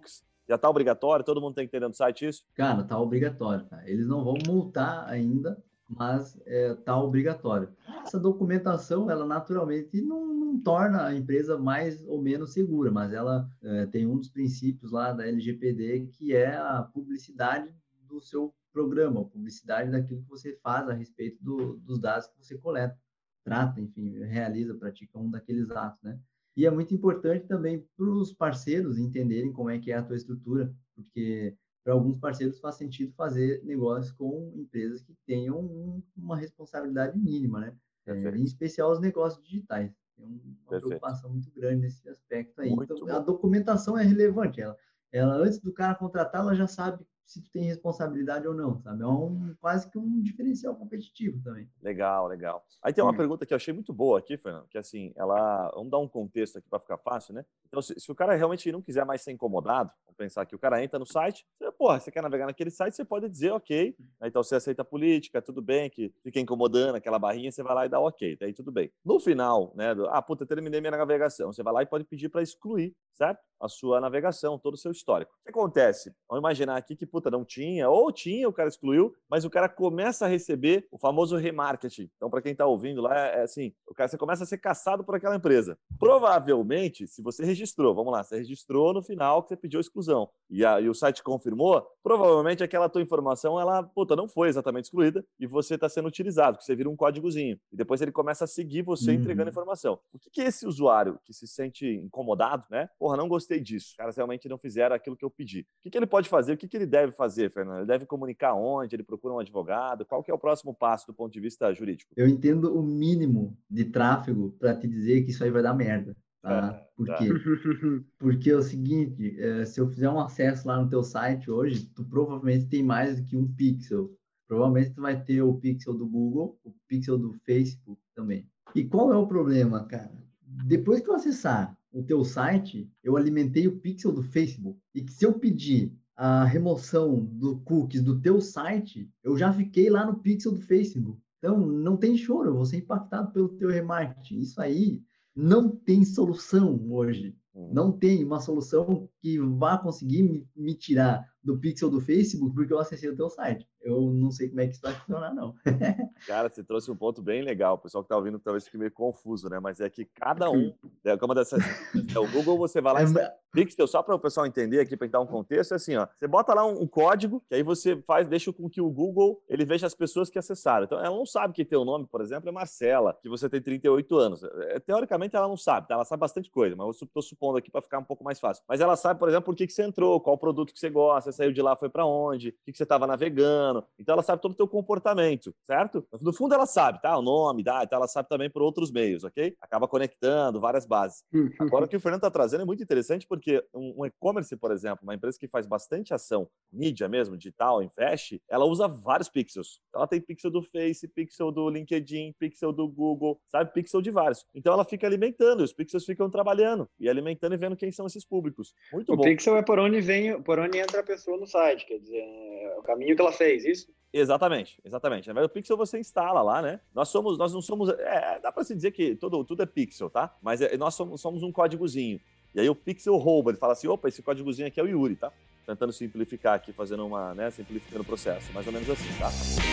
Já está obrigatório? Todo mundo tem que ter dentro do site isso? Cara, tá obrigatório, tá? Eles não vão multar ainda, mas tá obrigatório. Essa documentação, ela naturalmente não torna a empresa mais ou menos segura, mas ela tem um dos princípios lá da LGPD, que é a publicidade do seu programa, a publicidade daquilo que você faz a respeito dos dados que você coleta, trata, enfim, realiza, pratica um daqueles atos, né? E é muito importante também para os parceiros entenderem como é que é a tua estrutura, porque para alguns parceiros faz sentido fazer negócios com empresas que tenham uma responsabilidade mínima, né? Em especial os negócios digitais. Tem uma preocupação muito grande nesse aspecto aí. Muito então, bom. A documentação é relevante. Ela, antes do cara contratar, ela já sabe se tu tem responsabilidade ou não, sabe? É quase que um diferencial competitivo também. Legal, legal. Aí tem uma pergunta que eu achei muito boa aqui, Fernando, que assim, vamos dar um contexto aqui para ficar fácil, né? Então, se o cara realmente não quiser mais ser incomodado, vamos pensar que o cara entra no site, você quer navegar naquele site, você pode dizer ok, então você aceita a política, tudo bem, que fica incomodando aquela barrinha, você vai lá e dá ok, daí tudo bem. No final, né, terminei minha navegação, você vai lá e pode pedir para excluir, certo? A sua navegação, todo o seu histórico. O que acontece? Vamos imaginar aqui que, não tinha, ou tinha, o cara excluiu, mas o cara começa a receber o famoso remarketing. Então, para quem está ouvindo lá, assim, você começa a ser caçado por aquela empresa. Provavelmente, se você registrou, vamos lá, você registrou no final que você pediu a exclusão e o site confirmou, provavelmente aquela tua informação, ela, não foi exatamente excluída e você está sendo utilizado, que você vira um códigozinho. E depois ele começa a seguir você entregando informação. O que esse usuário que se sente incomodado, né? Não gostei disso. Os caras realmente não fizeram aquilo que eu pedi. O que ele pode fazer? O que ele deve fazer, Fernando? Ele deve comunicar onde? Ele procura um advogado? Qual que é o próximo passo do ponto de vista jurídico? Eu entendo o mínimo de tráfego para te dizer que isso aí vai dar merda. Tá? Por quê? Porque é o seguinte, se eu fizer um acesso lá no teu site hoje, tu provavelmente tem mais do que um pixel. Provavelmente tu vai ter o pixel do Google, o pixel do Facebook também. E qual é o problema, cara? Depois que eu acessar o teu site, eu alimentei o pixel do Facebook. E que se eu pedir a remoção do cookies do teu site, eu já fiquei lá no pixel do Facebook. Então, não tem choro, eu vou ser impactado pelo teu remarketing. Isso aí não tem solução hoje. Não tem uma solução que vá conseguir me tirar do pixel do Facebook porque eu acessei o teu site. Eu não sei como é que isso vai funcionar, não. Cara, você trouxe um ponto bem legal. O pessoal que está ouvindo talvez fique meio confuso, né? Mas é que cada um... Como dessas... o Google, você vai lá e... Pixel, só para o pessoal entender aqui, para dar um contexto, é assim, ó. Você bota lá um código, que aí você deixa com que o Google, ele veja as pessoas que acessaram. Então, ela não sabe que teu nome, por exemplo, é Marcela, que você tem 38 anos. Teoricamente, ela não sabe, tá? Ela sabe bastante coisa, mas eu estou supondo aqui para ficar um pouco mais fácil. Mas ela sabe, por exemplo, por que você entrou, qual produto que você gosta, você saiu de lá, foi para onde, o que você estava navegando. Então, ela sabe todo o teu comportamento, certo? No fundo, ela sabe, tá? O nome, então ela sabe também por outros meios, ok? Acaba conectando várias bases. Agora, o que o Fernando está trazendo é muito interessante, porque um e-commerce, por exemplo, uma empresa que faz bastante ação, mídia mesmo, digital, investe, ela usa vários pixels. Então, ela tem pixel do Face, pixel do LinkedIn, pixel do Google, sabe? Pixel de vários. Então, ela fica alimentando, os pixels ficam trabalhando e alimentando e vendo quem são esses públicos. Muito bom. O pixel é por onde entra a pessoa no site, quer dizer, é o caminho que ela fez, isso? Exatamente. O pixel você instala lá, né? Nós não somos... dá para se dizer que tudo é pixel, tá? Mas nós somos um códigozinho. E aí o pixel rouba, ele fala assim, opa, esse códigozinho aqui é o Yuri, tá? Tentando simplificar aqui, fazendo simplificando o processo. Mais ou menos assim, tá?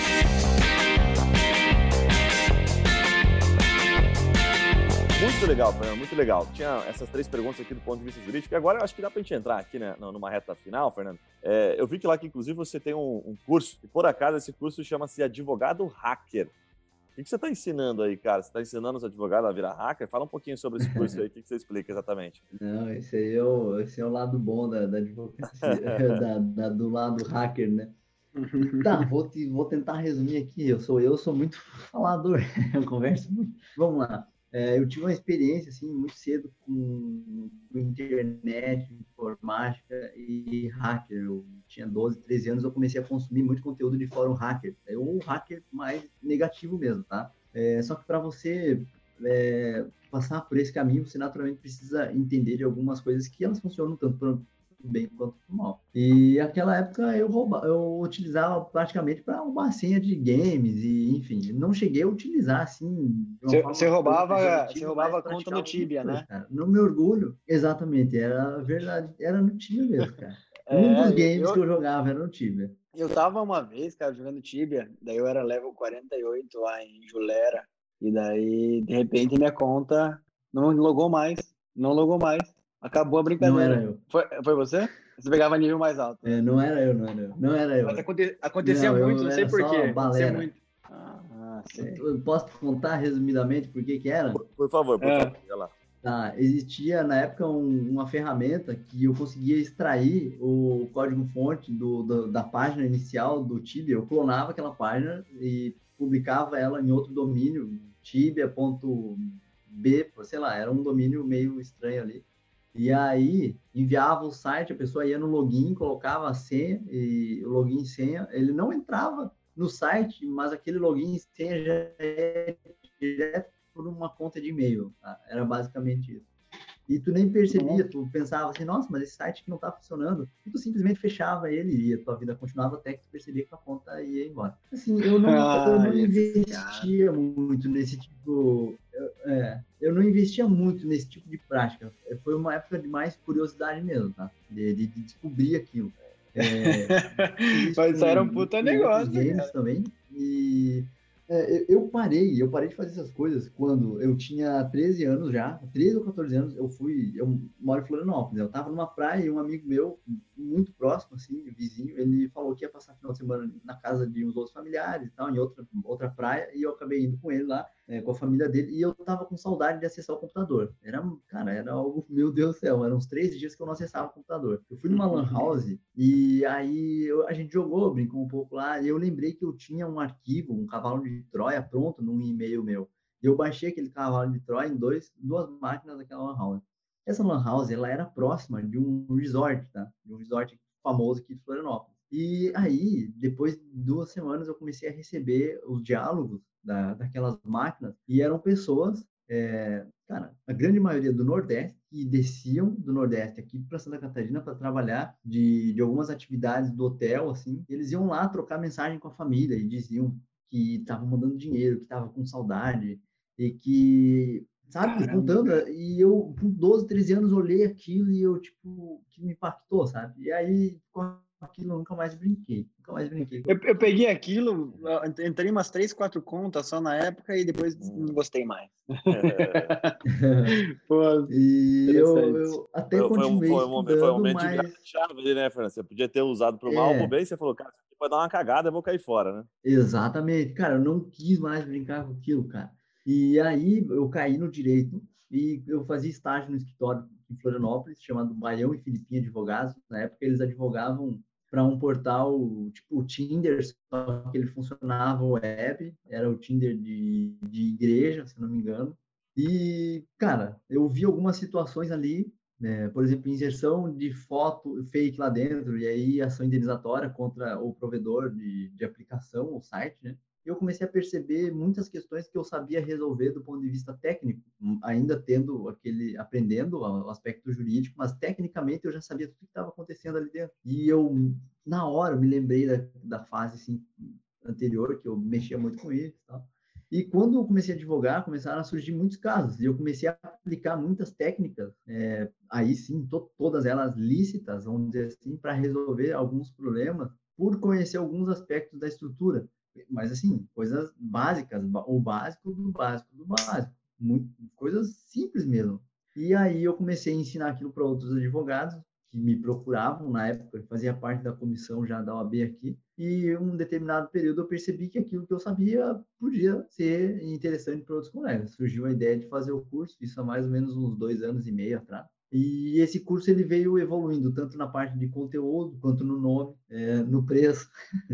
Muito legal, Fernando, muito legal. Tinha essas 3 perguntas aqui do ponto de vista jurídico, e agora eu acho que dá pra gente entrar aqui, né, numa reta final, Fernando. Eu vi que lá, que inclusive, você tem um curso, e por acaso esse curso chama-se Advogado Hacker. O que você está ensinando aí, cara? Você está ensinando os advogados a virar hacker? Fala um pouquinho sobre esse curso aí, o que você explica exatamente? Não, esse é o lado bom da advocacia, do lado hacker, né? Tá, vou tentar resumir aqui. Eu sou muito falador, eu converso muito. Vamos lá. Eu tive uma experiência assim muito cedo com internet, informática e hacker. Eu tinha 12, 13 anos, eu comecei a consumir muito conteúdo de fórum hacker. É o hacker mais negativo mesmo, tá? Só que para você passar por esse caminho, você naturalmente precisa entender de algumas coisas que elas funcionam tanto para bem quanto mal. E naquela época eu utilizava praticamente para uma senha de games e, enfim, não cheguei a utilizar assim. Você roubava a conta no Tibia, né? Cara. Não me orgulho, exatamente, era verdade, era no Tibia mesmo, cara. Um dos games que eu jogava era no Tibia. Eu tava uma vez, cara, jogando Tibia, daí eu era level 48 lá em Julera, e daí, de repente, minha conta não logou mais. Acabou a Não brincadeira. era eu. Foi você? Você pegava nível mais alto. Não era eu. Mas acontecia Não, muito, eu não sei era por quê. só Acontecia balera. muito. Sim. Eu posso contar resumidamente por que era? Por favor, diga lá. Tá, existia na época uma ferramenta que eu conseguia extrair o código-fonte da página inicial do Tibia. Eu clonava aquela página e publicava ela em outro domínio, tibia.b, sei lá, era um domínio meio estranho ali. E aí enviava o site, a pessoa ia no login, colocava a senha, e o login e senha, ele não entrava no site, mas aquele login e senha já é direto por uma conta de e-mail, tá? Era basicamente isso. E tu nem percebia, tu pensava assim, nossa, mas esse site aqui não tá funcionando. E tu simplesmente fechava ele e a tua vida continuava até que tu percebia que a conta ia embora. Assim, eu não investia muito nesse tipo... eu não investia muito nesse tipo de prática. Foi uma época de mais curiosidade mesmo, tá? De descobrir aquilo. Mas isso era um puta negócio, games cara. Também. E eu parei de fazer essas coisas quando eu tinha 13 anos já, 13 ou 14 anos, eu moro em Florianópolis, eu tava numa praia e um amigo meu, muito próximo, assim, vizinho, ele falou que ia passar final de semana na casa de uns outros familiares e tal, em outra praia, e eu acabei indo com ele lá, com a família dele, e eu tava com saudade de acessar o computador. Era algo, meu Deus do céu, eram uns 3 dias que eu não acessava o computador. Eu fui numa lan house, e aí a gente jogou, brincou um pouco lá, e eu lembrei que eu tinha um arquivo, um cavalo de Troia pronto num e-mail meu. E eu baixei aquele cavalo de Troia em duas máquinas daquela lan house. Essa lan house, ela era próxima de um resort, tá? De um resort famoso aqui de Florianópolis. E aí, depois de 2 semanas, eu comecei a receber os diálogos daquelas máquinas, e eram pessoas, cara, a grande maioria do Nordeste, que desciam do Nordeste aqui para Santa Catarina para trabalhar de algumas atividades do hotel, assim. Eles iam lá trocar mensagem com a família e diziam que estavam mandando dinheiro, que estavam com saudade, e que, sabe, Caramba, contando, cara. e eu, com 12, 13 anos, olhei aquilo e eu, tipo, que me impactou, sabe? E aí, com aquilo, eu nunca mais brinquei. Eu peguei aquilo, entrei umas 3, 4 contas só na época e depois não gostei mais. Pô, E eu até continuei foi um estudando, momento de mas... virada de chave ali, né, Fernando? Você podia ter usado para o mal ou pro bem, você falou, cara, isso aqui vai dar uma cagada, eu vou cair fora, né? Exatamente. Cara, eu não quis mais brincar com aquilo, cara. E aí eu caí no direito e eu fazia estágio no escritório em Florianópolis, chamado Baião e Filipinha Advogados. Na época eles advogavam para um portal tipo o Tinder, só que ele funcionava web, era o Tinder de igreja, se não me engano. E, cara, eu vi algumas situações ali, né? Por exemplo, inserção de foto fake lá dentro, e aí ação indenizatória contra o provedor de aplicação, o site, né? E eu comecei a perceber muitas questões que eu sabia resolver do ponto de vista técnico, ainda aprendendo o aspecto jurídico, mas tecnicamente eu já sabia tudo que estava acontecendo ali dentro. E eu, na hora, me lembrei da fase assim, anterior, que eu mexia muito com isso e tal. E quando eu comecei a advogar, começaram a surgir muitos casos, e eu comecei a aplicar muitas técnicas, aí sim, todas elas lícitas, vamos dizer assim, para resolver alguns problemas, por conhecer alguns aspectos da estrutura. Mas, assim, coisas básicas, o básico do básico do básico, coisas simples mesmo. E aí eu comecei a ensinar aquilo para outros advogados, que me procuravam na época, eu fazia parte da comissão já da OAB aqui, e em um determinado período eu percebi que aquilo que eu sabia podia ser interessante para outros colegas. Surgiu a ideia de fazer o curso, isso há mais ou menos uns 2 anos e meio atrás. E esse curso ele veio evoluindo, tanto na parte de conteúdo, quanto no nome, no preço.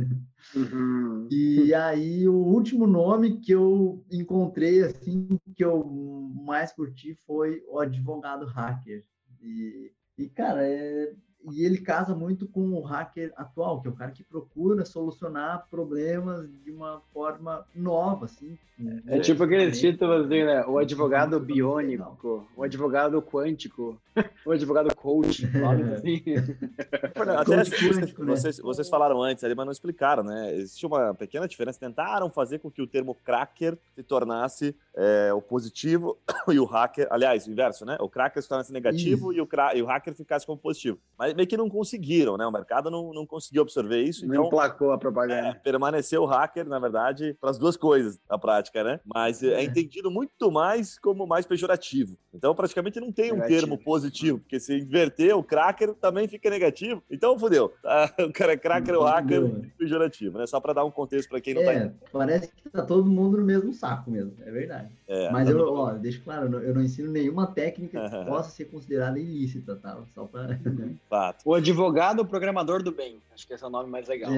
Uhum. E aí o último nome que eu encontrei, assim, que eu mais curti foi o advogado hacker. E cara, e ele casa muito com o hacker atual, que é o cara que procura solucionar problemas de uma forma nova, assim. É tipo aqueles títulos assim, né? O advogado biônico, o advogado quântico, o advogado coach, nomes assim. Até vocês falaram antes ali, mas não explicaram, né? Existe uma pequena diferença. Tentaram fazer com que o termo cracker se tornasse o positivo e o hacker, aliás, o inverso, né? O cracker se tornasse negativo e o hacker ficasse como positivo. Mas meio que não conseguiram, né? O mercado não conseguiu absorver isso. Não então emplacou a propaganda. Permaneceu o hacker, na verdade, para as duas coisas na prática, né? Mas é entendido muito mais como mais pejorativo. Então, praticamente não tem um termo positivo, porque se inverter, o cracker também fica negativo. Então, fodeu. Tá? O cara é cracker ou hacker pejorativo, né? Só para dar um contexto para quem não tá... Parece que tá todo mundo no mesmo saco mesmo, é verdade. Mas eu deixo claro, eu não ensino nenhuma técnica que possa ser considerada ilícita, tá? Só para... O advogado programador do bem. Acho que esse é o nome mais legal.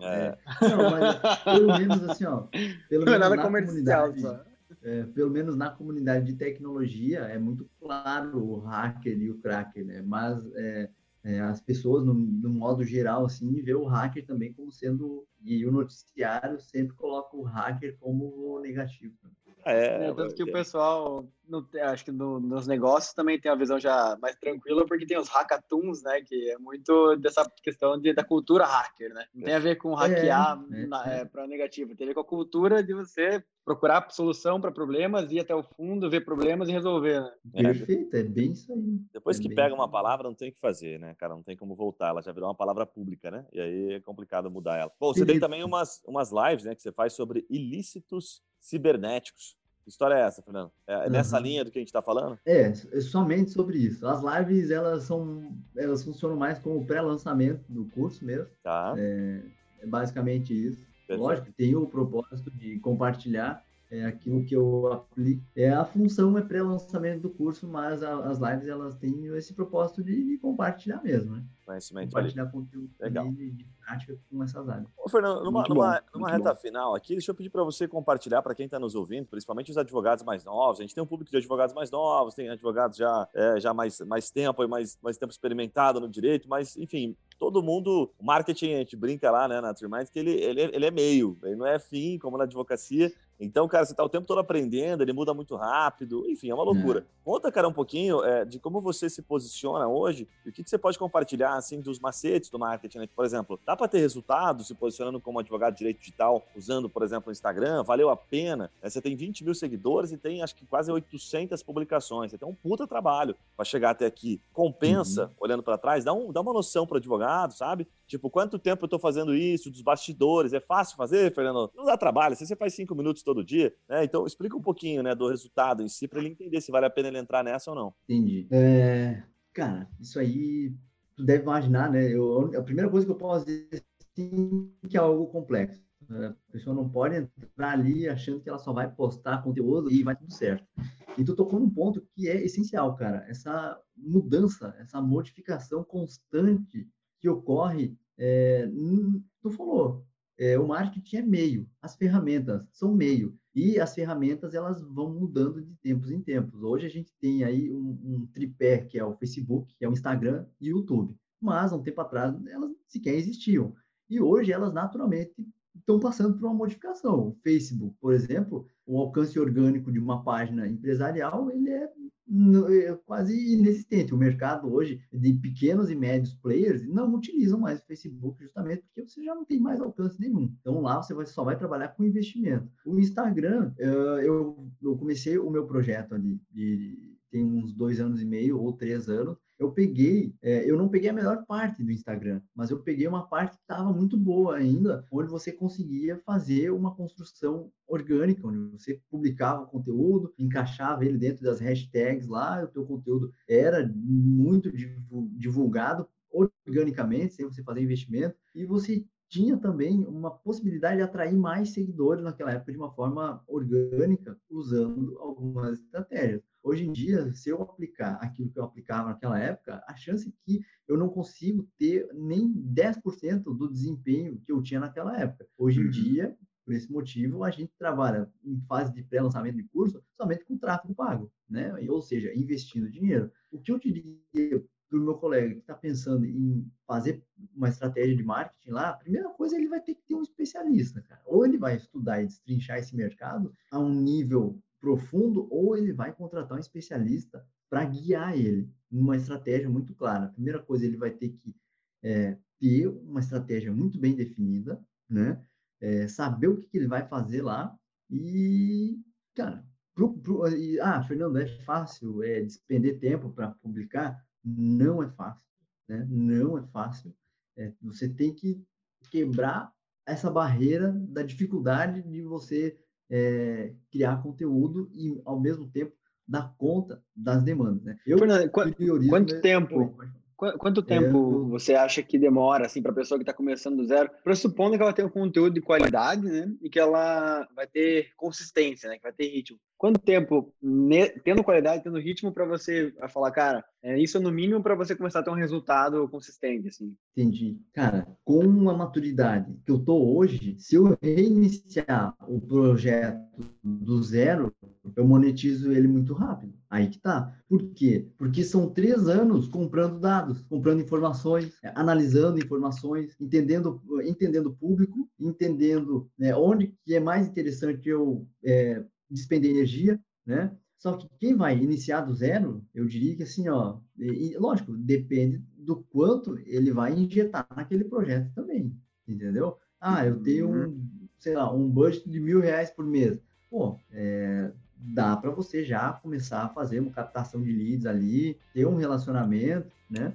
Não, mas pelo menos assim, ó, pelo menos nada na comercial, comunidade, pelo menos na comunidade de tecnologia, é muito claro o hacker e o cracker, né? Mas as pessoas, no modo geral, assim, vê o hacker também como sendo... E o noticiário sempre coloca o hacker como negativo. Tanto que o pessoal, acho que nos negócios também tem uma visão já mais tranquila, porque tem os hackathons, né, que é muito dessa questão da cultura hacker, né? Não tem a ver com hackear para negativo, tem a ver com a cultura de você procurar solução para problemas, ir até o fundo, ver problemas e resolver, né? Perfeito, é bem isso aí. Depois que pega uma palavra, não tem o que fazer, né, cara? Não tem como voltar, ela já virou uma palavra pública, né? E aí é complicado mudar ela. Bom, você tem também umas lives, né, que você faz sobre ilícitos cibernéticos. Que história é essa, Fernando? É nessa linha do que a gente está falando? É somente sobre isso. As lives, elas funcionam mais como pré-lançamento do curso mesmo. Tá. É basicamente isso. Perfeito. Lógico, tem o propósito de compartilhar aquilo que eu aplico. A função é pré-lançamento do curso, mas as lives, elas têm esse propósito de compartilhar mesmo, né? Conhecimento compartilhar conteúdo legal. De prática com essas lives. Ô, Fernando, numa reta final aqui, deixa eu pedir para você compartilhar para quem está nos ouvindo, principalmente os advogados mais novos. A gente tem um público de advogados mais novos, tem advogados já mais tempo, mais tempo experimentado no direito, mas, enfim, todo mundo, o marketing, a gente brinca lá, né, na Trimind, que ele é meio, ele não é fim, como na advocacia. Então, cara, você está o tempo todo aprendendo, ele muda muito rápido, enfim, é uma loucura. Conta, cara, um pouquinho de como você se posiciona hoje e o que você pode compartilhar, assim, dos macetes do marketing, né? Por exemplo, dá para ter resultado se posicionando como advogado de direito digital, usando, por exemplo, o Instagram? Valeu a pena? Você tem 20 mil seguidores e tem, acho que, quase 800 publicações. Você tem um puta trabalho para chegar até aqui. Compensa, olhando para trás? Dá uma noção para o advogado, sabe? Tipo, quanto tempo eu estou fazendo isso, dos bastidores? É fácil fazer, Fernando? Não dá trabalho, se você faz 5 minutos todo dia, né? Então, explica um pouquinho, né, do resultado em si, para ele entender se vale a pena ele entrar nessa ou não. Entendi. Cara, isso aí, tu deve imaginar, né? A primeira coisa que eu posso dizer sim, que é algo complexo. A pessoa não pode entrar ali achando que ela só vai postar conteúdo e vai tudo certo. E tu tocou num ponto que é essencial, cara. Essa mudança, essa modificação constante que ocorre, tu falou, o marketing é meio, as ferramentas são meio. E as ferramentas, elas vão mudando de tempos em tempos. Hoje a gente tem aí um tripé, que é o Facebook, que é o Instagram e o YouTube. Mas, há um tempo atrás, elas sequer existiam. E hoje, elas naturalmente estão passando por uma modificação. O Facebook, por exemplo, o alcance orgânico de uma página empresarial, ele é quase inexistente. O mercado hoje de pequenos e médios players não utilizam mais o Facebook justamente porque você já não tem mais alcance nenhum. Então lá você só vai trabalhar com investimento. O Instagram, eu comecei o meu projeto ali tem uns 2 anos e meio ou 3 anos. Eu não peguei a melhor parte do Instagram, mas eu peguei uma parte que estava muito boa ainda, onde você conseguia fazer uma construção orgânica, onde você publicava o conteúdo, encaixava ele dentro das hashtags lá, o teu conteúdo era muito divulgado organicamente, sem você fazer investimento, e você tinha também uma possibilidade de atrair mais seguidores naquela época de uma forma orgânica, usando algumas estratégias. Hoje em dia, se eu aplicar aquilo que eu aplicava naquela época, a chance é que eu não consigo ter nem 10% do desempenho que eu tinha naquela época. Hoje em dia, por esse motivo, a gente trabalha em fase de pré-lançamento de curso somente com tráfego pago, né? Ou seja, investindo dinheiro. O que eu te diria para o meu colega que está pensando em fazer uma estratégia de marketing lá, a primeira coisa, ele vai ter que ter um especialista, cara. Ou ele vai estudar e destrinchar esse mercado a um nível profundo, ou ele vai contratar um especialista para guiar ele numa estratégia muito clara. A primeira coisa, ele vai ter que ter uma estratégia muito bem definida, né? Saber o que ele vai fazer lá e, cara, Fernando, é fácil despender tempo para publicar? Não é fácil. né? Não é fácil. Você tem que quebrar essa barreira da dificuldade de você criar conteúdo e, ao mesmo tempo, dar conta das demandas, né? Eu Fernando, priorizo... quanto tempo? Quanto tempo você acha que demora, assim, para a pessoa que está começando do zero, pressupondo que ela tem um conteúdo de qualidade, né, e que ela vai ter consistência, né, que vai ter ritmo. Quanto tempo, tendo qualidade, tendo ritmo, para você falar, cara, isso é no mínimo para você começar a ter um resultado consistente, assim? Entendi. Cara, com a maturidade que eu tô hoje, se eu reiniciar o projeto do zero, eu monetizo ele muito rápido. Aí que tá. Por quê? Porque são 3 anos comprando dados, comprando informações, analisando informações, entendendo o público, entendendo, né, onde que é mais interessante eu despender energia, né? Só que quem vai iniciar do zero, eu diria que assim, ó, lógico, depende do quanto ele vai injetar naquele projeto também, entendeu? Ah, eu tenho sei lá, um budget de R$ 1.000 por mês. Pô, dá para você já começar a fazer uma captação de leads ali, ter um relacionamento, né?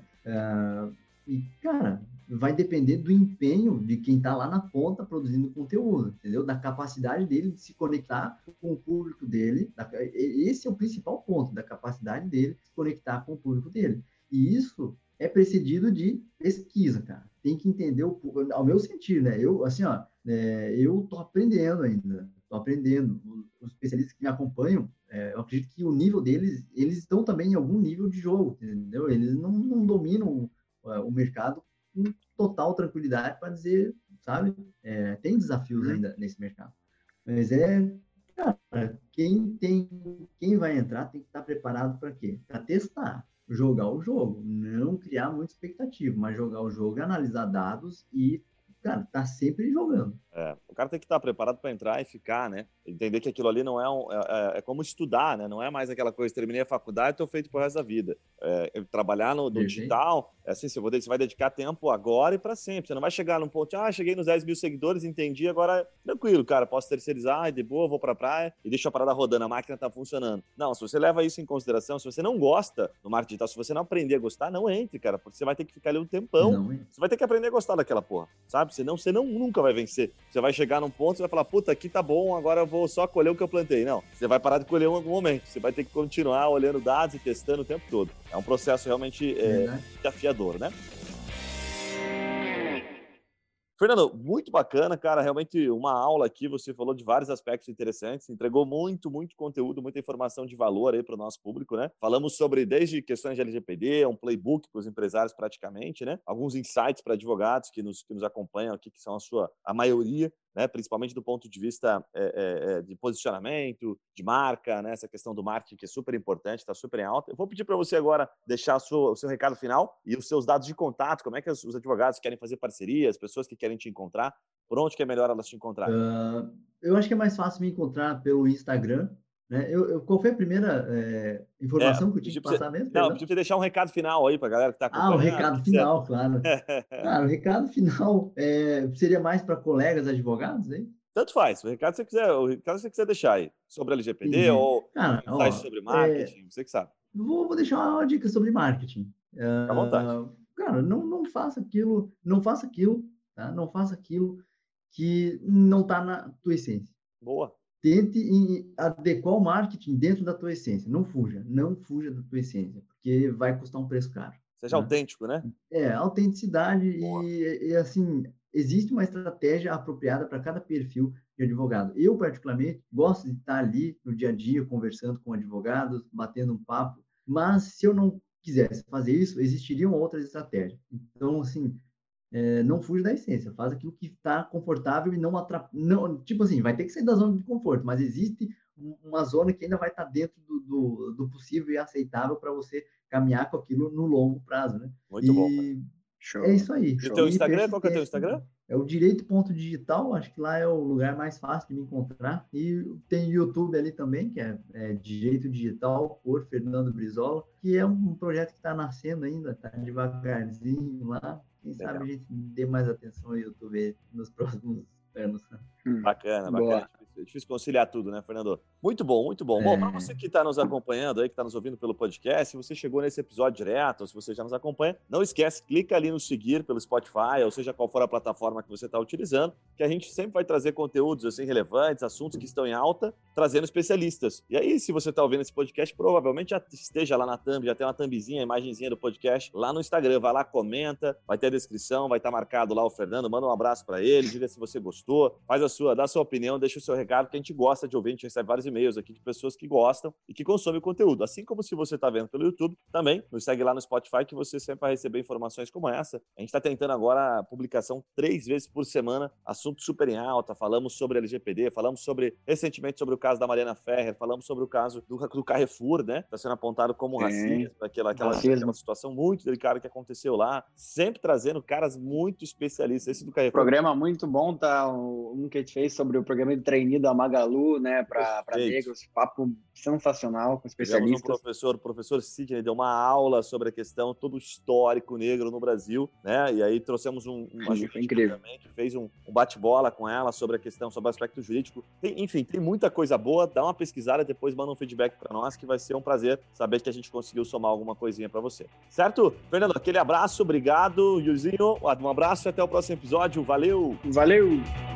E, cara, vai depender do empenho de quem está lá na ponta produzindo conteúdo, entendeu? Da capacidade dele de se conectar com o público dele. Esse é o principal ponto, da capacidade dele de se conectar com o público dele. E isso é precedido de pesquisa, cara. Tem que entender, ao meu sentir, né? Eu, assim, ó, eu tô aprendendo ainda, tô aprendendo. Os especialistas que me acompanham, eu acredito que o nível deles, eles estão também em algum nível de jogo, entendeu? Eles não dominam o mercado com total tranquilidade para dizer, sabe? Tem desafios ainda nesse mercado. Mas cara, quem vai entrar tem que estar preparado para quê? Para testar, jogar o jogo, não criar muita expectativa, mas jogar o jogo, analisar dados e, cara, tá sempre jogando. O cara tem que estar preparado para entrar e ficar, né? Entender que aquilo ali não é como estudar, né? Não é mais aquela coisa, terminei a faculdade e estou feito pro resto da vida. Trabalhar no digital, assim, você vai dedicar tempo agora e para sempre. Você não vai chegar num ponto, cheguei nos 10 mil seguidores, entendi, agora tranquilo, cara, posso terceirizar, de boa, vou pra praia e deixo a parada rodando, a máquina tá funcionando. Não, se você leva isso em consideração, se você não gosta do marketing digital, se você não aprender a gostar, não entre, cara, porque você vai ter que ficar ali um tempão. Você vai ter que aprender a gostar daquela porra, sabe? Senão você nunca vai vencer. Você vai chegar num ponto e vai falar, puta, aqui tá bom, agora eu vou só colher o que eu plantei. Não, você vai parar de colher em algum momento. Você vai ter que continuar olhando dados e testando o tempo todo. É um processo realmente desafiador, né? Fernando, muito bacana, cara, realmente uma aula aqui, você falou de vários aspectos interessantes, entregou muito conteúdo, muita informação de valor aí para o nosso público, né? Falamos sobre desde questões de LGPD, um playbook para os empresários praticamente, né? Alguns insights para advogados que nos acompanham aqui, que são a maioria, né? Principalmente do ponto de vista de posicionamento, de marca, né? Essa questão do marketing que é super importante, está super em alta. Eu vou pedir para você agora deixar o seu recado final e os seus dados de contato, como é que os advogados querem fazer parcerias, pessoas que querem te encontrar, por onde que é melhor elas te encontrarem? Eu acho que é mais fácil me encontrar pelo Instagram, né? Qual foi a primeira informação que eu tinha que passar mesmo? Não, eu pedi pra você deixar um recado final aí pra galera que tá acompanhando. O recado final, claro. Cara, o recado final seria mais para colegas advogados, hein? Tanto faz, o recado que você quiser deixar aí, sobre LGPD. Entendi. Ou insights sobre marketing, você que sabe. Vou deixar uma dica sobre marketing. Fica à vontade. Cara, não faça aquilo, tá? Não faça aquilo que não está na tua essência. Boa. Tente adequar o marketing dentro da tua essência. Não fuja da tua essência, porque vai custar um preço caro. Seja autêntico, né? Autenticidade e assim, existe uma estratégia apropriada para cada perfil de advogado. Eu, particularmente, gosto de estar ali no dia a dia, conversando com advogados, batendo um papo, mas se eu não quisesse fazer isso, existiriam outras estratégias. Então, assim, não fuja da essência, faz aquilo que está confortável e não atrapalha. Tipo assim, vai ter que sair da zona de conforto, mas existe uma zona que ainda vai estar dentro do possível e aceitável para você caminhar com aquilo no longo prazo, né? Muito bom. Show. É isso aí. E o teu Instagram? Qual que é o teu Instagram? É o direito.digital, acho que lá é o lugar mais fácil de me encontrar. E tem YouTube ali também, que é Direito Digital, por Fernando Brizola, que é um projeto que está nascendo ainda, está devagarzinho lá. Quem sabe a gente dê mais atenção ao YouTube nos próximos anos. Bacana. difícil conciliar tudo, né, Fernando? Muito bom, muito bom. Bom, para você que está nos acompanhando aí, que está nos ouvindo pelo podcast, se você chegou nesse episódio direto, ou se você já nos acompanha, não esquece, clica ali no seguir pelo Spotify, ou seja, qual for a plataforma que você está utilizando, que a gente sempre vai trazer conteúdos assim relevantes, assuntos que estão em alta, trazendo especialistas. E aí, se você está ouvindo esse podcast, provavelmente já esteja lá na thumb, já tem uma thumbzinha, a imagenzinha do podcast lá no Instagram. Vai lá, comenta, vai ter a descrição, vai estar marcado lá o Fernando, manda um abraço para ele, diga se você gostou, dá a sua opinião, deixa o seu recado, que a gente gosta de ouvir, a gente recebe vários e-mails aqui de pessoas que gostam e que consomem o conteúdo. Assim como se você está vendo pelo YouTube, também nos segue lá no Spotify, que você sempre vai receber informações como essa. A gente está tentando agora a publicação 3 vezes por semana, assunto super em alta, falamos sobre LGPD, falamos recentemente sobre o caso da Mariana Ferrer, falamos sobre o caso do Carrefour, né? Está sendo apontado como racismo, aquela situação muito delicada que aconteceu lá, sempre trazendo caras muito especialistas. Esse do Carrefour. Programa muito bom, tá? Um que a gente fez sobre o programa de trainee da Magalu, né? Para negros, papo sensacional com especialistas. O professor Sidney deu uma aula sobre a questão, todo o histórico negro no Brasil, né? E aí trouxemos uma jurídica também, que fez um bate-bola com ela sobre a questão, sobre o aspecto jurídico. Enfim, tem muita coisa boa. Dá uma pesquisada, depois manda um feedback para nós, que vai ser um prazer saber que a gente conseguiu somar alguma coisinha para você. Certo? Fernando, aquele abraço, obrigado. Yuzinho, um abraço e até o próximo episódio. Valeu! Valeu!